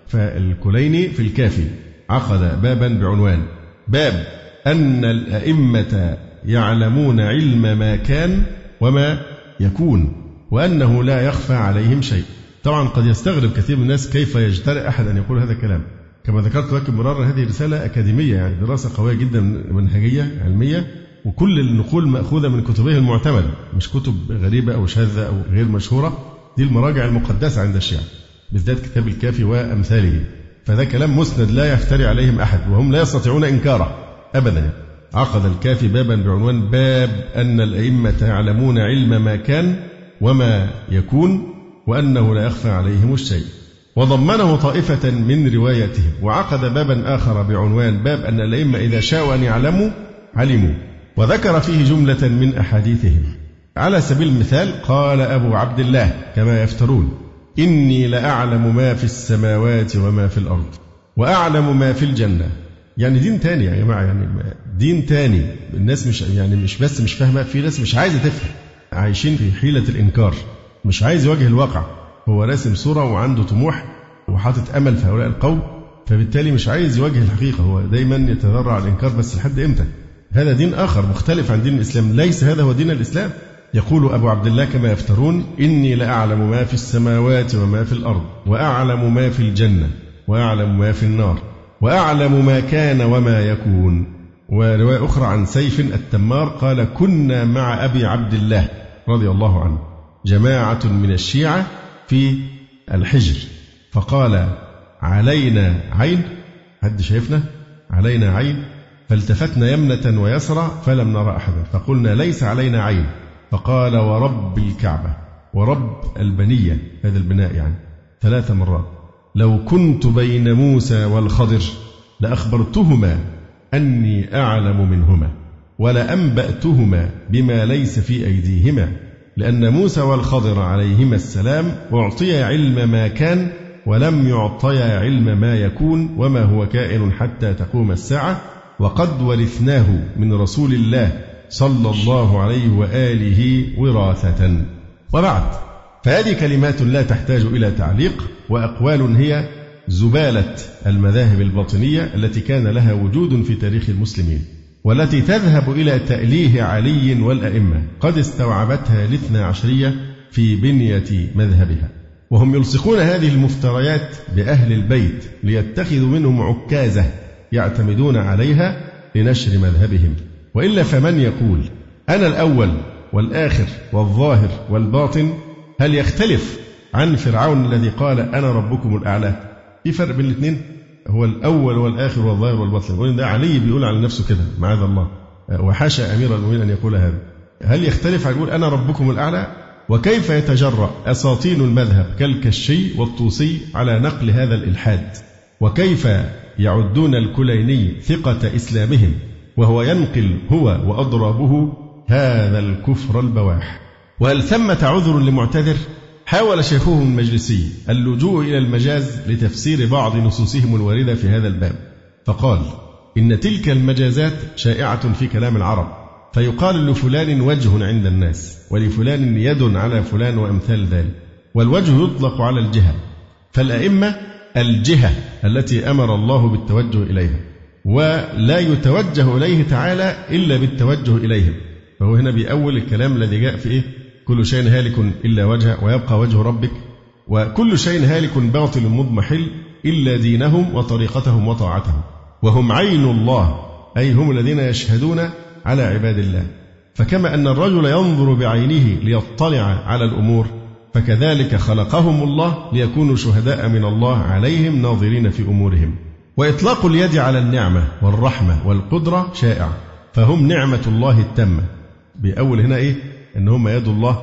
فالكليني في الكافي عقد بابا بعنوان: باب أن الأئمة يعلمون علم ما كان وما يكون، وأنه لا يخفى عليهم شيء. طبعا قد يستغرب كثير من الناس كيف يجترئ أحد أن يقول هذا الكلام. كما ذكرت لكم مرارا، هذه رسالة أكاديمية، يعني دراسة قوية جدا منهجية علمية، وكل النقول مأخوذة من كتبه المعتمدة، مش كتب غريبة أو شاذة أو غير مشهورة. دي المراجع المقدسة عند الشيعة، بالذات كتاب الكافي وأمثاله. فذا كلام مسند لا يفتري عليهم أحد، وهم لا يستطيعون إنكاره أبدا. عقد الكافي بابا بعنوان: باب أن الأئمة يعلمون علم ما كان وما يكون، وأنه لا يخفى عليهم الشيء. وضمنه طائفة من روايتهم. وعقد بابا آخر بعنوان: باب أن الأئمة إذا شاءوا أن يعلموا علموا، وذكر فيه جملة من أحاديثهم. على سبيل المثال قال أبو عبد الله كما يفترون: إني لأعلم ما في السماوات وما في الأرض، وأعلم ما في الجنة. يعني دين تاني يا جماعة، يعني دين تاني. الناس مش يعني مش بس مش فاهمة، في ناس مش عايزة تفهم، عايشين في حيلة الإنكار، مش عايز يواجه الواقع. هو راسم صورة وعنده طموح وحاطط أمل في هؤلاء القوم، فبالتالي مش عايز يواجه الحقيقة. هو دايما يتذرع الإنكار، بس لحد إمتى؟ هذا دين آخر مختلف عن دين الإسلام، ليس هذا هو دين الإسلام. يقول أبو عبد الله كما يفترون: إني لأعلم ما في السماوات وما في الأرض، وأعلم ما في الجنة وأعلم ما في النار، وأعلم ما كان وما يكون. ورواية أخرى عن سيف التمار قال: كنا مع أبي عبد الله رضي الله عنه جماعة من الشيعة في الحجر، فقال: علينا عين، حد شايفنا؟ علينا عين، فالتفتنا يمنة ويسرى فلم نرى أحدا، فقلنا: ليس علينا عين، فقال: ورب الكعبة ورب البنية، هذا البناء يعني، ثلاث مرات: لو كنت بين موسى والخضر لأخبرتهما أني أعلم منهما ولأنبأتهما بما ليس في أيديهما، لأن موسى والخضر عليهما السلام أعطي علم ما كان ولم يعطيا علم ما يكون وما هو كائن حتى تقوم الساعة، وقد ورثناه من رسول الله صلى الله عليه وآله وراثة. وبعد، فهذه كلمات لا تحتاج إلى تعليق، وأقوال هي زبالة المذاهب الباطنية التي كان لها وجود في تاريخ المسلمين، والتي تذهب إلى تأليه علي والأئمة قد استوعبتها الاثنى عشرية في بنية مذهبها، وهم يلصقون هذه المفتريات بأهل البيت ليتخذوا منهم عكازة يعتمدون عليها لنشر مذهبهم. وإلا فمن يقول أنا الأول والآخر والظاهر والباطن هل يختلف عن فرعون الذي قال أنا ربكم الأعلى؟ في فرق بين الاثنين؟ هو الأول والآخر والظاهر والباطن. يقول ده علي بيقول على نفسه كده، معاذ الله، وحاشا أمير المؤمنين أن يقول هذا. هل يختلف عن يقول أنا ربكم الأعلى؟ وكيف يتجرأ أساطين المذهب كالكشي والطوسي على نقل هذا الإلحاد؟ وكيف يعدون الكليني ثقة إسلامهم وهو ينقل هو وأضرابه هذا الكفر البواح؟ وهل ثمة عذر لمعتذر؟ حاول شيخهم المجلسي اللجوء إلى المجاز لتفسير بعض نصوصهم الواردة في هذا الباب، فقال: إن تلك المجازات شائعة في كلام العرب، فيقال لفلان وجه عند الناس، ولفلان يد على فلان وأمثال ذلك، والوجه يطلق على الجهة، فالأئمة الجهة التي أمر الله بالتوجه إليها، ولا يتوجه إليه تعالى إلا بالتوجه إليهم. فهو هنا بأول الكلام الذي جاء في إيه؟ كل شيء هالك إلا وجهه ويبقى وجه ربك، وكل شيء هالك باطل مضمحل إلا دينهم وطريقتهم وطاعتهم، وهم عين الله، أي هم الذين يشهدون على عباد الله. فكما أن الرجل ينظر بعينه ليطلع على الأمور، فكذلك خلقهم الله ليكونوا شهداء من الله عليهم ناظرين في أمورهم. وإطلاق اليد على النعمة والرحمة والقدرة شائع، فهم نعمة الله التامة. بأول هنا إيه؟ إن هم يد الله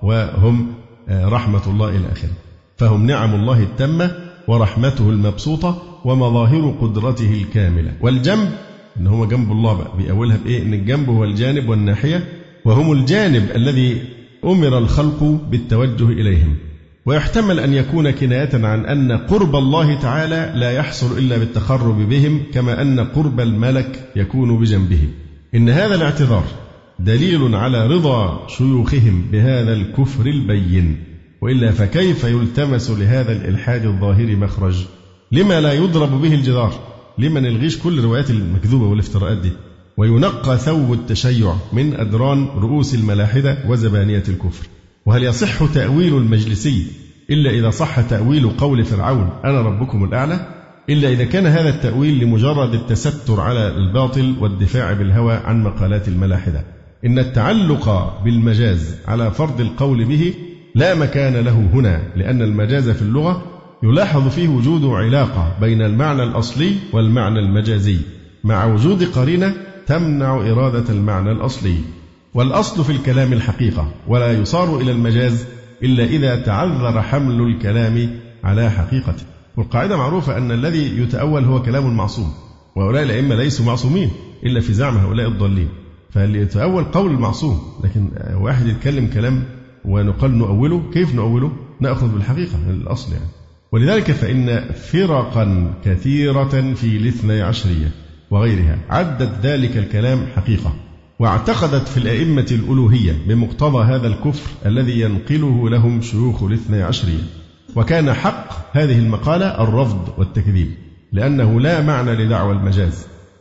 وهم رحمة الله إلى آخره، فهم نعم الله التامة ورحمته المبسوطة ومظاهر قدرته الكاملة. والجنب إن هم جنب الله بقى، بأولها بإيه؟ إن الجنب هو الجانب والناحية، وهم الجانب الذي أمر الخلق بالتوجه إليهم. ويحتمل أن يكون كناية عن أن قرب الله تعالى لا يحصل إلا بالتقرب بهم، كما أن قرب الملك يكون بجنبه. إن هذا الاعتذار دليل على رضا شيوخهم بهذا الكفر البين، وإلا فكيف يلتمس لهذا الإلحاد الظاهر مخرج؟ لما لا يضرب به الجدار؟ لما نلغيش كل الروايات المكذوبة والافتراءات دي، وينقى ثوب التشيع من أدران رؤوس الملاحدة وزبانية الكفر؟ وهل يصح تأويل المجلسي إلا إذا صح تأويل قول فرعون أنا ربكم الأعلى؟ إلا إذا كان هذا التأويل لمجرد التستر على الباطل والدفاع بالهوى عن مقالات الملاحدة. إن التعلق بالمجاز على فرض القول به لا مكان له هنا، لأن المجاز في اللغة يلاحظ فيه وجود علاقة بين المعنى الأصلي والمعنى المجازي، مع وجود قرينة تمنع إرادة المعنى الأصلي. والأصل في الكلام الحقيقة، ولا يصار إلى المجاز إلا إذا تعذر حمل الكلام على حقيقته. والقاعدة معروفة أن الذي يتأول هو كلام المعصوم، وهؤلاء الأئمة ليسوا معصومين إلا في زعم هؤلاء الضالين. فاللي يتأول قول المعصوم، لكن واحد يتكلم كلام ونقال نؤوله، كيف نؤوله؟ نأخذ بالحقيقة الأصل يعني. ولذلك فإن فرقا كثيرة في الاثني عشرية وغيرها عدت ذلك الكلام حقيقة، واعتقدت في الأئمة الألوهية بمقتضى هذا الكفر الذي ينقله لهم شيوخ الاثني عشرية. وكان حق هذه المقالة الرفض والتكذيب، لأنه لا معنى لدعوى المجاز،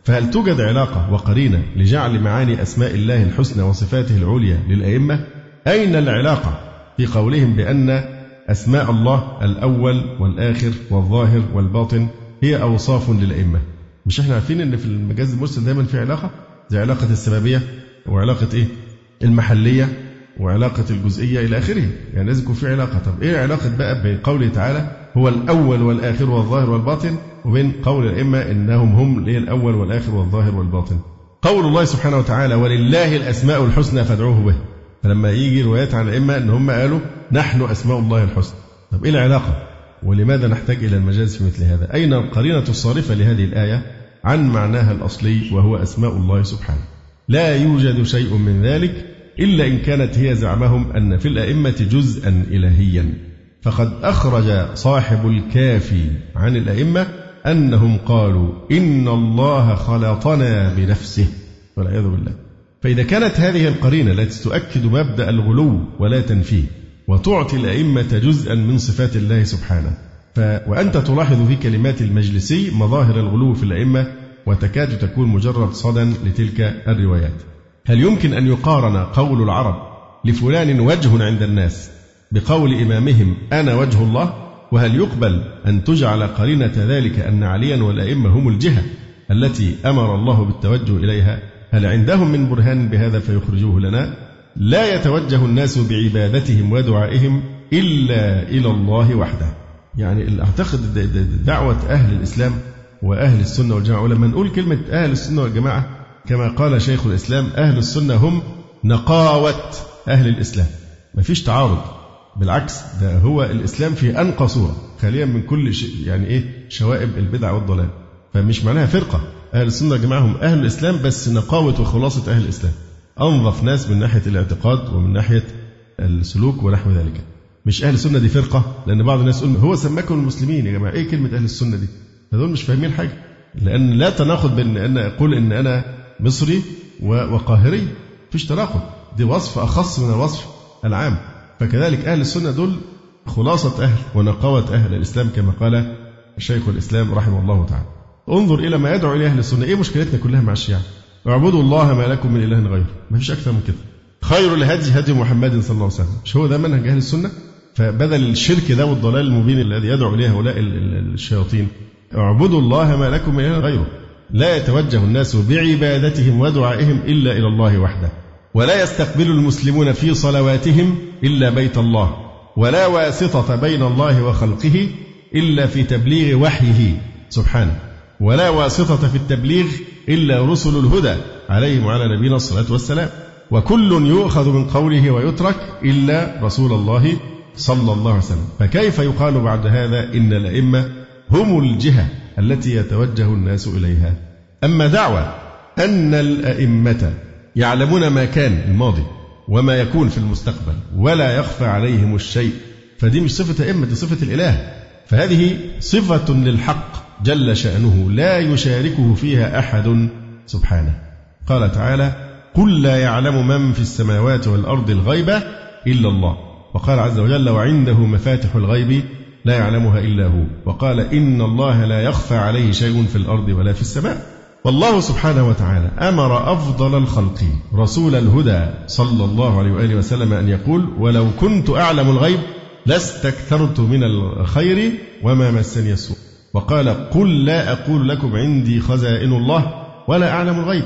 فهل توجد علاقة وقرينة لجعل معاني أسماء الله الحسنى وصفاته العليا للأئمة؟ أين العلاقة في قولهم بأن أسماء الله الأول والآخر والظاهر والباطن هي أوصاف للأئمة؟ مش احنا عارفين ان في المجاز المرسل دايما في علاقة، زي علاقة السببية وعلاقة ايه المحلية وعلاقة الجزئية إلى آخره، يعني لازم يكون في علاقة. طب إيه علاقة بقى بين قوله تعالى هو الأول والآخر والظاهر والباطن وبين قول الأئمة إنهم هم الأول والآخر والظاهر والباطن؟ قول الله سبحانه وتعالى ولله الأسماء الحسنى فادعوه به، فلما يجي روايات عن الأئمة إن هم قالوا نحن أسماء الله الحسنى. طب إيه العلاقة؟ ولماذا نحتاج إلى المجاز في مثل هذا؟ أين القرينة الصارفة لهذه الآية عن معناها الأصلي وهو أسماء الله سبحانه؟ لا يوجد شيء من ذلك إلا إن كانت هي زعمهم أن في الأئمة جزءا إلهيا. فقد أخرج صاحب الكافي عن الأئمة أنهم قالوا إن الله خلقنا بنفسه والعياذ بالله. فإذا كانت هذه القرينة التي تؤكد مبدأ الغلو ولا تنفيه وتعطي الأئمة جزءا من صفات الله سبحانه، ف وأنت تلاحظ في كلمات المجلسي مظاهر الغلو في الأئمة وتكاد تكون مجرد صدى لتلك الروايات. هل يمكن أن يقارن قول العرب لفلان وجه عند الناس بقول إمامهم أنا وجه الله؟ وهل يقبل أن تجعل قرينة ذلك أن عليا والأئمة هم الجهة التي أمر الله بالتوجه إليها؟ هل عندهم من برهان بهذا فيخرجوه لنا؟ لا يتوجه الناس بعبادتهم ودعائهم إلا إلى الله وحده. يعني أعتقد دعوة أهل الإسلام وأهل السنة والجماعة، ولما نقول كلمة أهل السنة والجماعة كما قال شيخ الإسلام أهل السنة هم نقاوة أهل الإسلام، ما فيش تعارض، بالعكس ده هو الإسلام في أنقى صورة خاليا من كل شيء، يعني إيه شوائب البدع والضلال. فمش معناها فرقة، أهل السنة والجماعة هم أهل الإسلام بس نقاوة وخلاصة أهل الإسلام، أنظف ناس من ناحية الاعتقاد ومن ناحية السلوك ونحو ذلك. مش أهل السنة دي فرقة، لأن بعض الناس يقول هو سماكم المسلمين يا جماعة، إيه كلمة أهل السنة دي؟ فدول مش فاهمين حاجة، لأن لا تناقض بين أن أقول إن أنا مصري وقاهري، فيش تناقض، دي وصف أخص من الوصف العام. فكذلك أهل السنة دول خلاصة أهل ونقاوة أهل الإسلام كما قال شيخ الإسلام رحمه الله تعالى. انظر إلى ما يدعو إليه أهل السنة. إيه مشكلتنا كلها مع الشيعة؟ اعبدوا الله ما لكم من إله غيره، ما فيش أكثر من كده. خير الهدي هدي محمد صلى الله عليه وسلم، مش هو ده منهج أهل السنة؟ فبدل الشرك ده والضلال المبين الذي يدعو إليه هؤلاء الشياطين، اعبدوا الله ما لكم من إله غيره. لا يتوجه الناس بعبادتهم ودعائهم إلا إلى الله وحده، ولا يستقبل المسلمون في صلواتهم إلا بيت الله، ولا واسطة بين الله وخلقه إلا في تبليغ وحيه سبحانه، ولا واسطة في التبليغ إلا رسل الهدى عليهم وعلى نبينا الصلاة والسلام، وكل يؤخذ من قوله ويترك إلا رسول الله صلى الله عليه وسلم. فكيف يقال بعد هذا إن الأئمة هم الجهة التي يتوجه الناس إليها؟ أما دعوى أن الأئمة يعلمون ما كان الماضي وما يكون في المستقبل ولا يخفى عليهم الشيء، فدي مش صفة أئمة، دي صفة الإله، فهذه صفة للحق جل شأنه لا يشاركه فيها أحد سبحانه. قال تعالى قل لا يعلم من في السماوات والأرض الغيب إلا الله، وقال عز وجل وعنده مفاتح الغيب لا يعلمها إلا هو، وقال إن الله لا يخفى عليه شيء في الأرض ولا في السماء. والله سبحانه وتعالى أمر أفضل الخلق رسول الهدى صلى الله عليه وآله وسلم أن يقول ولو كنت أعلم الغيب لاستكثرت من الخير وما مسني السوء، وقال قل لا أقول لكم عندي خزائن الله ولا أعلم الغيب.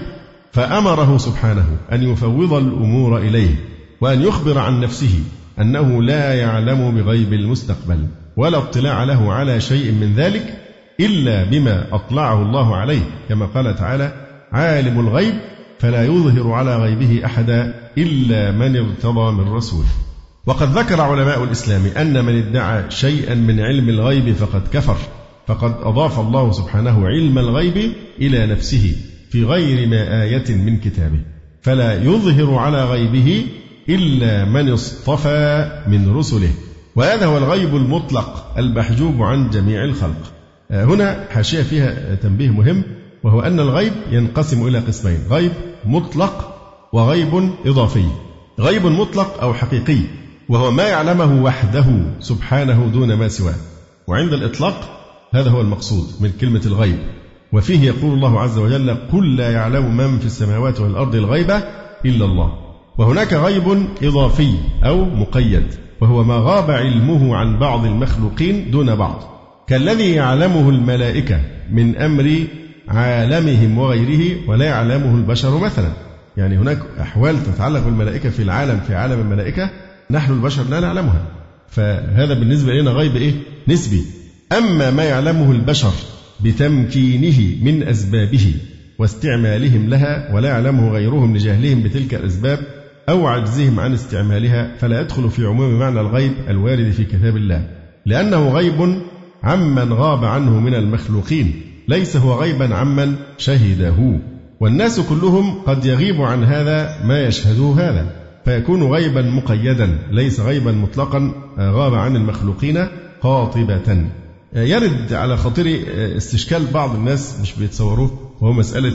فأمره سبحانه أن يفوض الأمور إليه وأن يخبر عن نفسه أنه لا يعلم بغيب المستقبل ولا اطلاع له على شيء من ذلك إلا بما أطلعه الله عليه، كما قال تعالى عالم الغيب فلا يظهر على غيبه أحدا إلا من ارتضى من رسول. وقد ذكر علماء الإسلام أن من ادعى شيئا من علم الغيب فقد كفر، فقد أضاف الله سبحانه علم الغيب إلى نفسه في غير ما آية من كتابه، فلا يظهر على غيبه إلا من اصطفى من رسله، وهذا هو الغيب المطلق المحجوب عن جميع الخلق. هنا حاشية فيها تنبيه مهم، وهو أن الغيب ينقسم إلى قسمين: غيب مطلق وغيب إضافي. غيب مطلق أو حقيقي وهو ما يعلمه وحده سبحانه دون ما سواه، وعند الإطلاق هذا هو المقصود من كلمة الغيب، وفيه يقول الله عز وجل قل لا يعلم من في السماوات والأرض الغيب إلا الله. وهناك غيب إضافي أو مقيد، وهو ما غاب علمه عن بعض المخلوقين دون بعض، كالذي يعلمه الملائكة من أمر عالمهم وغيره ولا يعلمه البشر مثلا. يعني هناك أحوال تتعلق بالملائكة في العالم في عالم الملائكة نحن البشر لا نعلمها، فهذا بالنسبة لنا غيب إيه؟ نسبي. أما ما يعلمه البشر بتمكينه من أسبابه واستعمالهم لها ولا يعلمه غيرهم لجهلهم بتلك الأسباب أو عجزهم عن استعمالها، فلا يدخل في عموم معنى الغيب الوارد في كتاب الله، لأنه غيب عمن غاب عنه من المخلوقين، ليس هو غيبا عمن شهده. والناس كلهم قد يغيب عن هذا ما يشهده هذا، فيكون غيبا مقيدا ليس غيبا مطلقا غاب عن المخلوقين قاطبة. يرد على خاطري استشكال بعض الناس مش بيتصوروه، وهو مسألة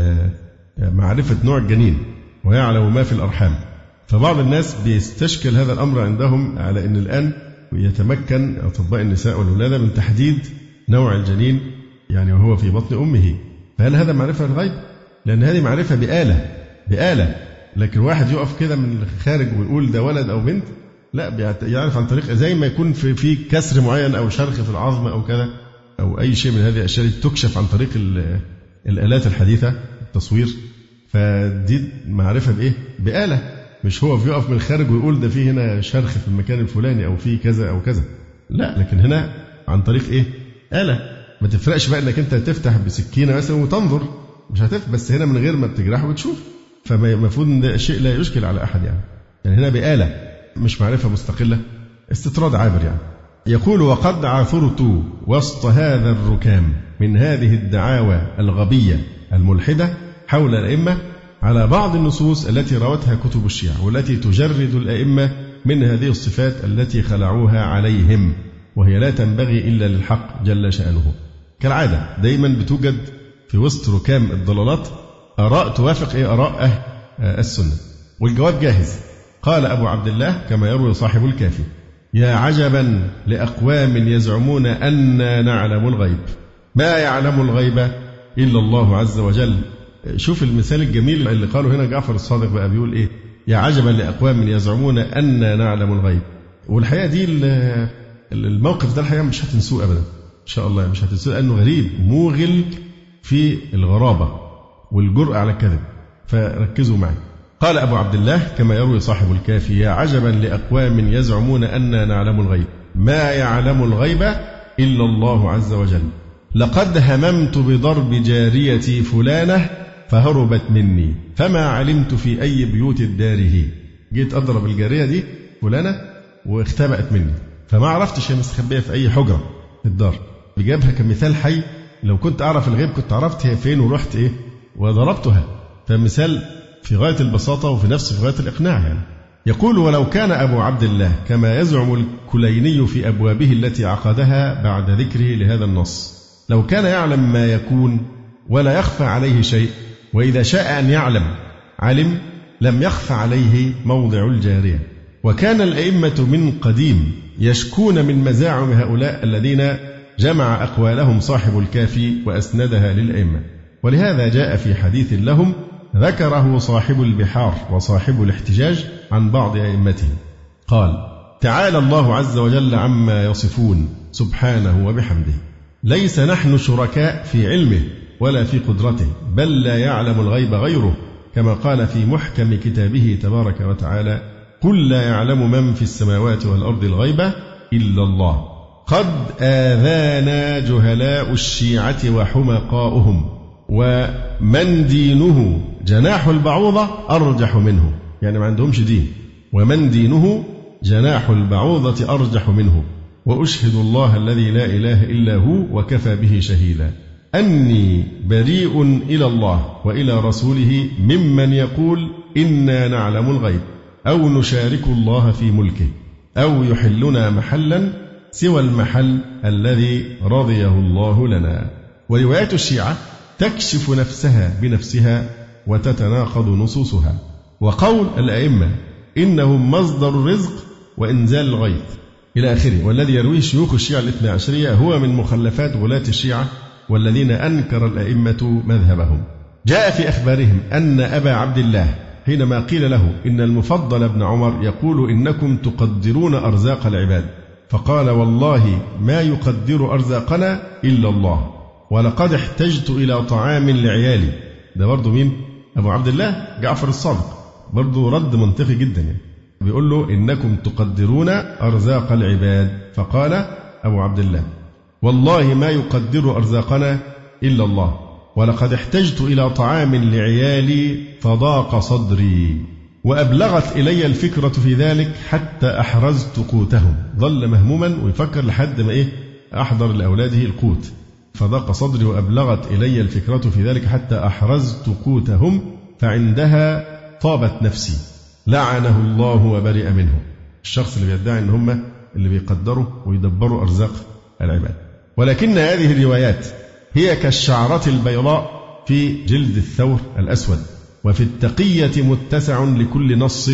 معرفة نوع الجنين ويعلم ما في الأرحام. فبعض الناس بيستشكل هذا الأمر عندهم على أن الآن يتمكن أطباء النساء والولادة من تحديد نوع الجنين يعني وهو في بطن أمه. فهل هذا معرفة الغيب؟ لأن هذه معرفة بآلة بآلة لكن واحد يقف كده من الخارج ويقول ده ولد أو بنت، لا، يعرف عن طريق زي ما يكون في في كسر معين أو شرخ في العظم أو كذا أو أي شيء من هذه الأشياء تكشف عن طريق الآلات الحديثة التصوير. فدي معرفة بإيه؟ بآلة، مش هو بيقف من الخارج ويقول ده فيه هنا شرخ في المكان الفلاني أو فيه كذا أو كذا، لا، لكن هنا عن طريق إيه؟ آلة. ما تفرقش بقى إنك أنت تفتح بسكينة مثلا وتنظر، مش هتفتح، بس هنا من غير ما بتجرح وتشوف، فمفروض إن ده شيء لا يشكل على أحد يعني. يعني هنا بآلة مش معرفة مستقلة، استطراد عابر يعني. يقول وقد عثرت وسط هذا الركام من هذه الدعاوى الغبية الملحدة حول الأئمة على بعض النصوص التي روتها كتب الشيعة والتي تجرد الأئمة من هذه الصفات التي خلعوها عليهم، وهي لا تنبغي إلا للحق جل شأنه. كالعادة دايما بتوجد في وسط ركام الضلالات آراء توافق إيه آراء أهل السنة، والجواب جاهز. قال أبو عبد الله كما يروي صاحب الكافي يا عجبا لأقوام يزعمون أننا نعلم الغيب، ما يعلم الغيب إلا الله عز وجل. شوف المثال الجميل اللي قاله هنا جعفر الصادق بقى، بيقول إيه؟ يا عجبا لأقوام يزعمون أننا نعلم الغيب. والحقيقة دي الموقف ده الحقيقة مش هتنسوه أبدا إن شاء الله، مش هتنسوه لأنه غريب موغل في الغرابة والجرأة على الكذب، فركزوا معي. قال أبو عبد الله كما يروي صاحب الكافي يا عجبا لأقوام يزعمون أننا نعلم الغيب، ما يعلم الغيب إلا الله عز وجل. لقد هممت بضرب جاريتي فلانة فهربت مني فما علمت في أي بيوت الدار هي. جيت أضرب الجارية دي فلانة واختبأت مني، فما عرفتش هي مستخبية في أي حجرة في الدار. بجابها كمثال حي، لو كنت أعرف الغيب كنت عرفت هي فين ورحت إيه وضربتها. فمثال في غاية البساطة وفي نفس في غاية الإقناع يعني. يقول ولو كان أبو عبد الله كما يزعم الكليني في أبوابه التي عقدها بعد ذكره لهذا النص، لو كان يعلم ما يكون ولا يخفى عليه شيء، وإذا شاء أن يعلم علم، لم يخفى عليه موضع الجارية. وكان الأئمة من قديم يشكون من مزاعم هؤلاء الذين جمع أقوالهم صاحب الكافي وأسندها للأئمة، ولهذا جاء في حديث لهم ذكره صاحب البحار وصاحب الاحتجاج عن بعض أئمتهم قال تعالى الله عز وجل عما يصفون سبحانه وبحمده، ليس نحن شركاء في علمه ولا في قدرته، بل لا يعلم الغيب غيره، كما قال في محكم كتابه تبارك وتعالى قل لا يعلم من في السماوات والأرض الغيب إلا الله. قد آذانا جهلاء الشيعة وحمقاؤهم، ومن دينه جناح البعوضة أرجح منه، يعني ما عندهمش دين، ومن دينه جناح البعوضة أرجح منه، وأشهد الله الذي لا إله إلا هو وكفى به شهيدا أني بريء إلى الله وإلى رسوله ممن يقول إنا نعلم الغيب أو نشارك الله في ملكه أو يحلنا محلا سوى المحل الذي رضيه الله لنا. وروايات الشيعة تكشف نفسها بنفسها وتتناقض نصوصها. وقول الأئمة إنهم مصدر الرزق وإنزال الغيث إلى آخره، والذي يرويه شيوخ الشيعة الاثنى عشرية هو من مخلفات غلاة الشيعة والذين أنكر الأئمة مذهبهم. جاء في أخبارهم أن أبا عبد الله حينما قيل له إن المفضل بن عمر يقول إنكم تقدرون أرزاق العباد، فقال والله ما يقدر أرزاقنا إلا الله، ولقد احتجت إلى طعام لعيالي. ده برضو مين؟ أبو عبد الله جعفر الصادق، برضو رد منطقي جدا يعني. بيقول له إنكم تقدرون أرزاق العباد، فقال أبو عبد الله والله ما يقدر أرزاقنا إلا الله، ولقد احتجت إلى طعام لعيالي فضاق صدري، وأبلغت إلي الفكرة في ذلك حتى أحرزت قوتهم. ظل مهموما ويفكر لحد ما إيه أحضر لأولاده القوت. فضاق صدري وأبلغت إلي الفكرة في ذلك حتى أحرزت قوتهم، فعندها طابت نفسي، لعنه الله وبرئ منه. الشخص اللي بيدعي أن هم اللي بيقدروا ويدبروا أرزاق العباد. ولكن هذه الروايات هي كالشعرة البيضاء في جلد الثور الأسود، وفي التقية متسع لكل نص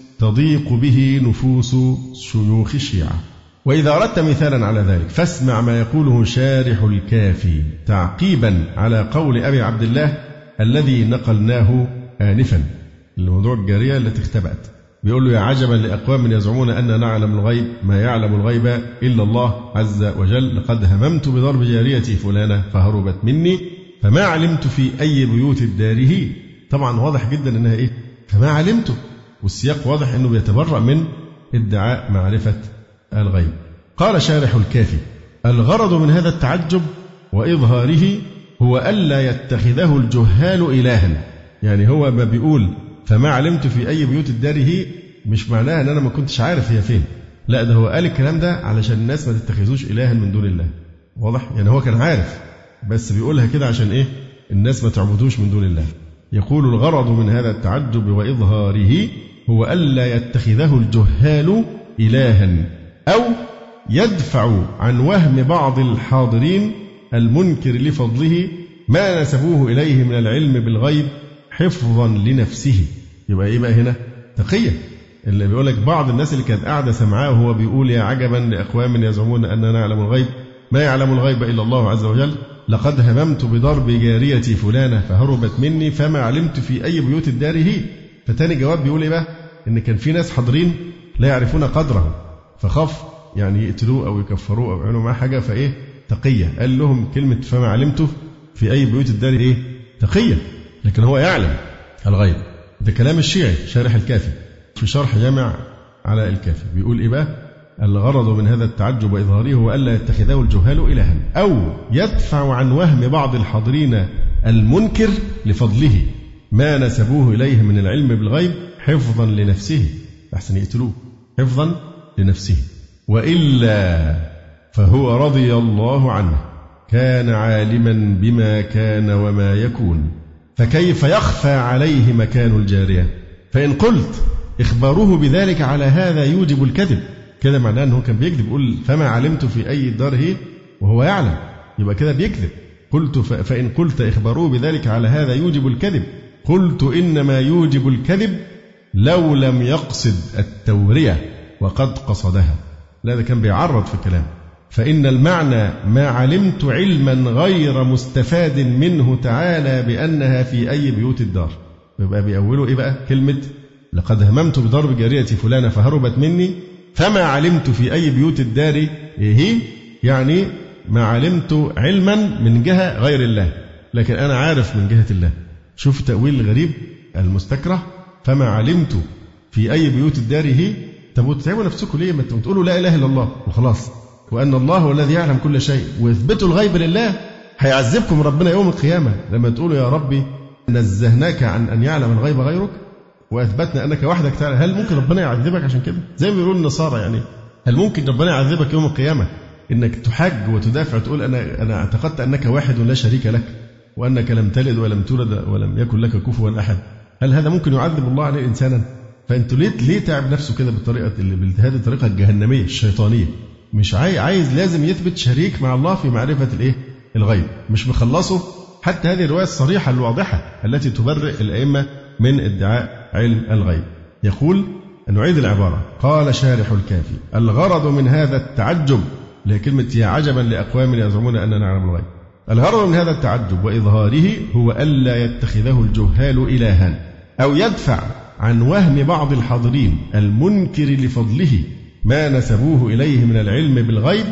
تضيق به نفوس شيوخ الشيعة. وإذا أردت مثالا على ذلك فاسمع ما يقوله شارح الكافي تعقيبا على قول أبي عبد الله الذي نقلناه آنفا، الموضوع الجارية التي اختبأت. بيقول له يا عجبا لأقوام يزعمون أن نعلم الغيب ما يعلم الغيب إلا الله عز وجل، لقد هممت بضرب جاريتي فلانة فهربت مني فما علمت في أي بيوت الداره. طبعا واضح جدا أنها إيه فما علمت، والسياق واضح أنه بيتبرأ من ادعاء معرفة الغيب. قال شارح الكافي الغرض من هذا التعجب وإظهاره هو ألا يتخذه الجهال إلها. يعني هو ما بيقول فما علمت في أي بيوت الداره مش معناها أن أنا ما كنتش عارف هي فين، لا ده هو قال الكلام ده علشان الناس ما تتخذوش إلها من دون الله. واضح؟ يعني هو كان عارف بس بيقولها كده عشان إيه الناس ما تعبدوش من دون الله. يقول الغرض من هذا التعجب وإظهاره هو ألا يتخذه الجهال إلها، أو يدفع عن وهم بعض الحاضرين المنكر لفضله ما نسبوه إليه من العلم بالغيب حفظا لنفسه. يبقى إيه بقى هنا؟ تقية. اللي بيقول لك بعض الناس اللي كانت قاعدة سمعاه وهو بيقول يا عجبا لأقوام يزعمون أننا نعلم الغيب ما يعلم الغيب إلا الله عز وجل، لقد هممت بضرب جاريتي فلانة فهربت مني فما علمت في أي بيوت الدار هي. فتاني جواب بيقول إيه بقى؟ إن كان في ناس حاضرين لا يعرفون قدره فخاف يعني يقتلوه أو يكفروه أو يعملوا معاه حاجة، فإيه تقية. قال لهم كلمة فما علمته في أي بيوت الدار إيه تقية، لكن هو يعلم الغيب. ده كلام الشيعي شارح الكافي في شرح جامع على الكافي. بيقول إيه بقى؟ الغرض من هذا التعجب وإظهاره هو ألا يتخذه الجهال إلها، أو يدفع عن وهم بعض الحاضرين المنكر لفضله ما نسبوه إليه من العلم بالغيب حفظا لنفسه، أحسن يقتلوه حفظا لنفسه، وإلا فهو رضي الله عنه كان عالما بما كان وما يكون، فكيف يخفى عليه مكان الجارية؟ فإن قلت إخباره بذلك على هذا يوجب الكذب، كده معناه أنه كان بيكذب، يقول فما علمت في أي دار هي وهو يعلم، يبقى كده بيكذب. قلت فإن قلت إخباره بذلك على هذا يوجب الكذب، قلت إنما يوجب الكذب لو لم يقصد التورية وقد قصدها. لا ده كان بيعرض في الكلام. فإن المعنى ما علمت علما غير مستفاد منه تعالى بأنها في أي بيوت الدار. يبقى بيأولوا إيه بقى؟ كلمة لقد هممت بضرب جاريتي فلانة فهربت مني فما علمت في أي بيوت الدار هي، يعني ما علمت علما من جهة غير الله، لكن أنا عارف من جهة الله. شوف تأويل الغريب المستكره، فما علمت في أي بيوت الدار هي. طب تتعبوا نفسكم ليه؟ ما تقولوا لا إله إلا الله وخلاص، وأن الله هو الذي يعلم كل شيء، واثبتوا الغيب لله. هيعذبكم ربنا يوم القيامة لما تقولوا يا ربي نزهناك عن أن يعلم الغيب غيرك وأثبتنا أنك وحدك تعالى. هل ممكن ربنا يعذبك عشان كده؟ زي ما بيقولوا النصارى، يعني هل ممكن ربنا يعذبك يوم القيامة إنك تحج وتدافع وتقول أنا أنا اعتقدت أنك واحد لا شريك لك وأنك لم تلد ولم تولد ولم يكن لك كفوا أحد؟ هل هذا ممكن يعذب الله عليه إنسانا؟ فأنتوا ليه ليه تعب نفسه كده بالطريقة اللي بهذه الطريقة الجهنمية الشيطانية؟ مش عايز لازم يثبت شريك مع الله في معرفة الإيه الغيب، مش مخلصه. حتى هذه الرواية الصريحة الواضحة التي تبرئ الأئمة من ادعاء علم الغيب. يقول نعيد العبارة. قال شارح الكافي الغرض من هذا التعجب، اللي هي كلمة يا عجبا لأقوام يزعمون أننا نعلم الغيب، الغرض من هذا التعجب وإظهاره هو ألا يتخذه الجهال إلها، أو يدفع عن وهم بعض الحاضرين المنكر لفضله ما نسبوه إليه من العلم بالغيب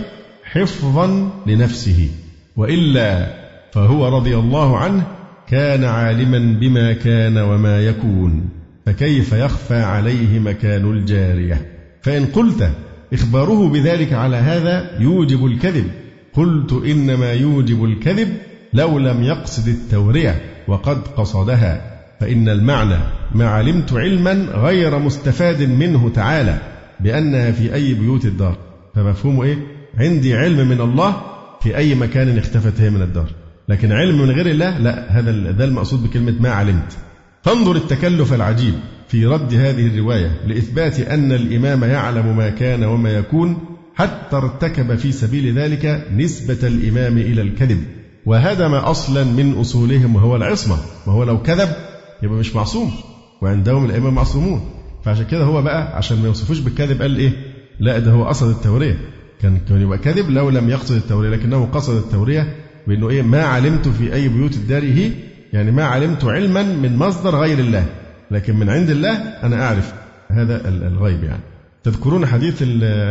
حفظا لنفسه، وإلا فهو رضي الله عنه كان عالما بما كان وما يكون، فكيف يخفى عليه مكان الجارية؟ فإن قلت إخباره بذلك على هذا يوجب الكذب، قلت إنما يوجب الكذب لو لم يقصد التورية وقد قصدها، فإن المعنى ما علمت علما غير مستفاد منه تعالى بأنها في أي بيوت الدار. فمفهوم إيه؟ عندي علم من الله في أي مكان اختفت هي من الدار، لكن علم من غير الله لا، هذا ده المقصود بكلمة ما علمت. فانظر التكلف العجيب في رد هذه الرواية لإثبات أن الإمام يعلم ما كان وما يكون، حتى ارتكب في سبيل ذلك نسبة الإمام إلى الكذب، وهدم أصلا من أصولهم وهو العصمة. وهو لو كذب يبقى مش معصوم، وعندهم الأئمة معصومون. فعشان كده هو بقى عشان ما يوصفوش بالكذب قال إيه؟ لا ده هو قصد التورية، كان كان يبقى كذب لو لم يقصد التورية، لكنه قصد التورية بأنه إيه؟ ما علمت في أي بيوت الدار هي، يعني ما علمت علما من مصدر غير الله، لكن من عند الله أنا أعرف هذا الغيب. يعني تذكرون حديث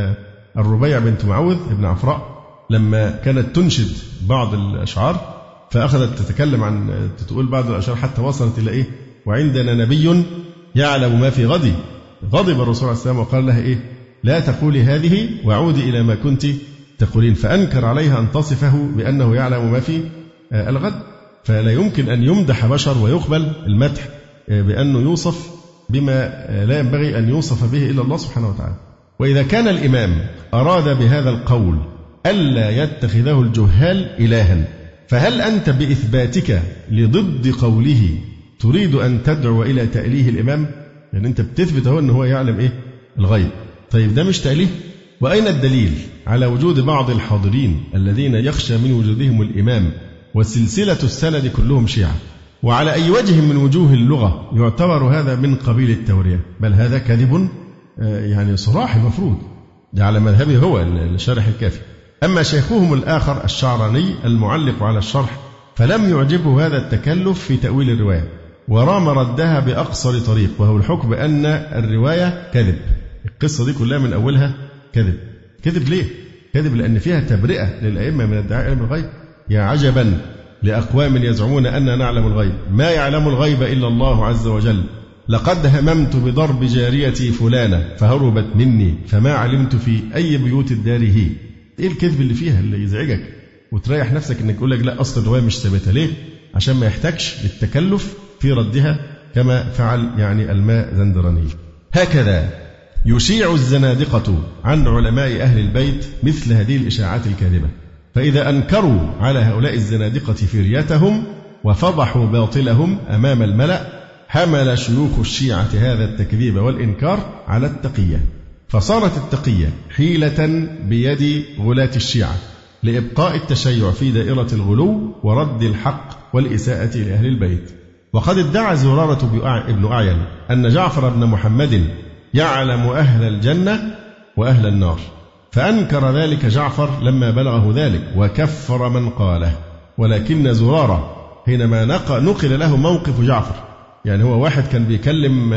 الربيع بنت معوذ ابن عفراء لما كانت تنشد بعض الأشعار، فأخذت تتكلم عن تقول بعض الأشعار حتى وصلت إلى إيه؟ وعندنا نبي يعلم ما في غد. غضب الرسول عليه السلام وقال لها إيه؟ لا تقولي هذه وعودي إلى ما كنت تقولين، فأنكر عليها أن تصفه بأنه يعلم ما في الغد. فلا يمكن أن يمدح بشر ويقبل المدح بأنه يوصف بما لا ينبغي أن يوصف به إلا الله سبحانه وتعالى. وإذا كان الإمام أراد بهذا القول ألا يتخذه الجهال إلها، فهل أنت بإثباتك لضد قوله تريد أن تدعو إلى تأليه الإمام؟ يعني أنت بتثبت هو أنه هو يعلم إيه؟ الغيب. طيب ده مش تأليه؟ وأين الدليل على وجود بعض الحاضرين الذين يخشى من وجودهم الإمام وسلسلة السند كلهم شيعة؟ وعلى أي وجه من وجوه اللغة يعتبر هذا من قبيل التورية؟ بل هذا كذب يعني صراح المفروض، ده على مذهبه هو الشارح الكافي. أما شيخهم الآخر الشعراني المعلق على الشرح فلم يعجبه هذا التكلف في تأويل الرواية، ورام ردها بأقصر طريق، وهو الحكم بأن الرواية كذب. القصة دي كلها من أولها كذب. كذب ليه؟ كذب لأن فيها تبرئة للأئمة من ادعاء علم الغيب. يا عجبا لأقوام يزعمون أن نعلم الغيب، ما يعلم الغيب إلا الله عز وجل. لقد هممت بضرب جاريتي فلانة فهربت مني فما علمت في أي بيوت الدار هي. إيه الكذب اللي فيها اللي يزعجك وتريح نفسك إنك تقول لك لا أصل الرواية مش ثابتة؟ ليه؟ عشان ما يحتاجش للتكلف في ردها كما فعل يعني الماء زندراني. هكذا يشيع الزنادقة عن علماء أهل البيت مثل هذه الإشاعات الكاذبة، فإذا أنكروا على هؤلاء الزنادقة فريتهم وفضحوا باطلهم أمام الملأ، حمل شيوخ الشيعة هذا التكذيب والإنكار على التقية، فصارت التقية حيلة بيد غلاة الشيعة لإبقاء التشيع في دائرة الغلو ورد الحق والإساءة لأهل البيت. وقد ادعى زرارة بن أعين أن جعفر بن محمد يعلم أهل الجنة وأهل النار، فأنكر ذلك جعفر لما بلغه ذلك وكفر من قاله. ولكن زرارة حينما نقل له موقف جعفر، يعني هو واحد كان بيكلم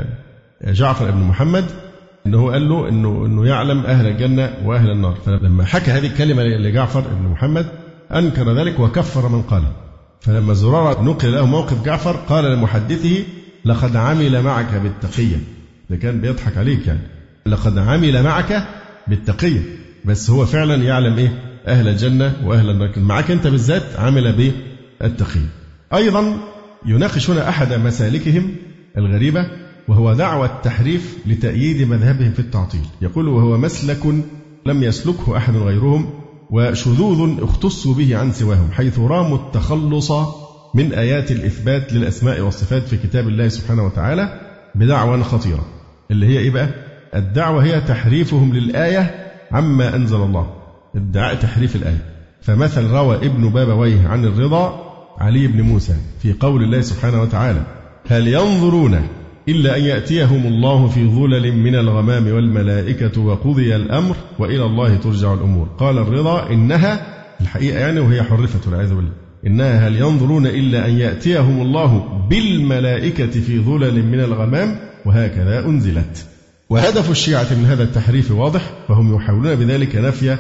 جعفر بن محمد إنه قال له إنه إنه يعلم أهل الجنة وأهل النار، فلما حكى هذه الكلمة لجعفر بن محمد أنكر ذلك وكفر من قاله. فلما زرارة نقل له موقف جعفر قال لمحدثه لقد عمل معك بالتقية، ده كان بيضحك عليك، يعني لقد عمل معك بالتقية، بس هو فعلا يعلم إيه؟ أهل الجنة وأهل النار، معك أنت بالذات عمل بالتقية. أيضا يناقش هنا أحد مسالكهم الغريبة، وهو دعوى التحريف لتأييد مذهبهم في التعطيل. يقول وهو مسلك لم يسلكه أحد غيرهم وشذوذ اختصوا به عن سواهم، حيث راموا التخلص من آيات الإثبات للأسماء والصفات في كتاب الله سبحانه وتعالى بدعوى خطيرة، اللي هي إيه بقى؟ الدعوة هي تحريفهم للآية عما أنزل الله، ادعاء تحريف الآية. فمثل روى ابن بابويه عن الرضا علي بن موسى في قول الله سبحانه وتعالى هل ينظرون إلا أن يأتيهم الله في ظلل من الغمام والملائكة وقضي الأمر وإلى الله ترجع الأمور. قال الرضا إنها الحقيقة يعني، وهي حرفت والعياذ بالله. إنها هل ينظرون إلا أن يأتيهم الله بالملائكة في ظلل من الغمام وهكذا أنزلت. وهدف الشيعة من هذا التحريف واضح، فهم يحاولون بذلك نفي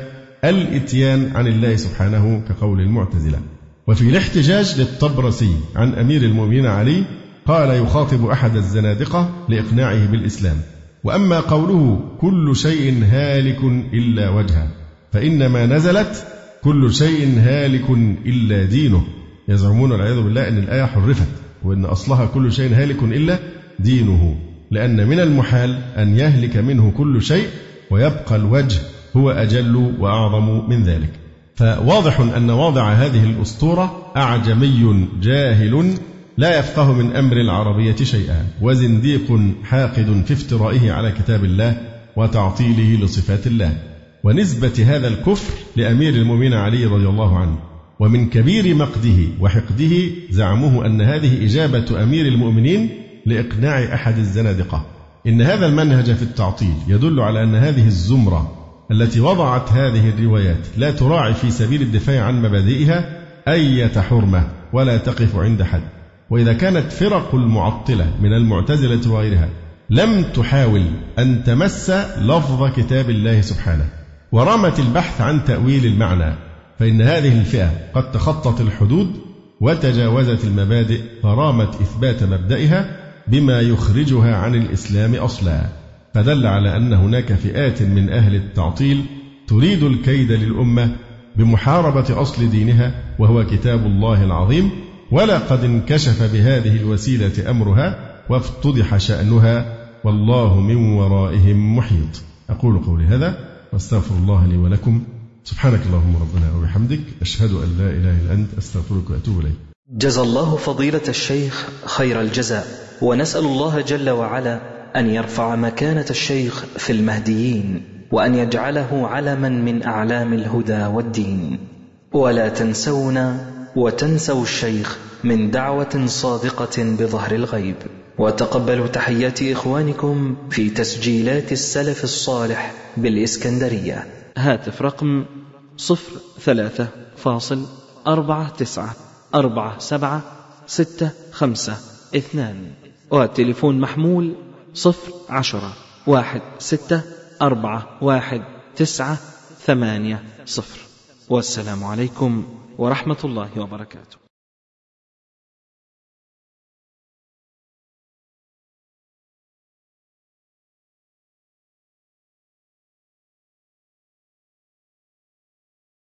الإتيان عن الله سبحانه كقول المعتزلة. وفي الاحتجاج للطبرسي عن أمير المؤمنين علي قال يخاطب أحد الزنادقة لإقناعه بالإسلام: وأما قوله كل شيء هالك إلا وجهه فإنما نزلت كل شيء هالك إلا دينه. يزعمون والعياذ بالله أن الآية حرفت، وأن أصلها كل شيء هالك إلا دينه، لأن من المحال أن يهلك منه كل شيء ويبقى الوجه هو أجل وأعظم من ذلك. فواضح أن واضع هذه الأسطورة أعجمي جاهل لا يفقه من أمر العربية شيئا، وزنديق حاقد في افترائه على كتاب الله وتعطيله لصفات الله، ونسبة هذا الكفر لأمير المؤمنين علي رضي الله عنه. ومن كبير مقته وحقده زعمه أن هذه إجابة أمير المؤمنين لإقناع أحد الزنادقة. إن هذا المنهج في التعطيل يدل على أن هذه الزمرة التي وضعت هذه الروايات لا تراعي في سبيل الدفاع عن مبادئها أية حرمة ولا تقف عند حد. وإذا كانت فرق المعطلة من المعتزلة وغيرها لم تحاول أن تمس لفظ كتاب الله سبحانه ورمت البحث عن تأويل المعنى، فإن هذه الفئة قد تخطت الحدود وتجاوزت المبادئ فرامت إثبات مبدئها بما يخرجها عن الإسلام أصلا. فدل على أن هناك فئات من أهل التعطيل تريد الكيد للأمة بمحاربة أصل دينها وهو كتاب الله العظيم، ولقد انكشف بهذه الوسيلة أمرها وافتضح شأنها والله من ورائهم محيط. أقول قولي هذا واستغفر الله لي ولكم. سبحانك اللهم ربنا وبحمدك، أشهد أن لا إله إلا أنت، أستغفرك وأتوب إليك. جزى الله فضيلة الشيخ خير الجزاء، ونسأل الله جل وعلا أن يرفع مكانة الشيخ في المهديين، وأن يجعله علما من أعلام الهدى والدين. ولا تنسونا وتنسوا الشيخ من دعوة صادقة بظهر الغيب. وتقبلوا تحيات إخوانكم في تسجيلات السلف الصالح بالإسكندرية. هاتف رقم صفر ثلاثة فاصل أربعة تسعة أربعة سبعة ستة خمسة اثنان، والتليفون محمول صفر عشرة واحد ستة أربعة واحد تسعة ثمانية صفر. والسلام عليكم ورحمة الله وبركاته.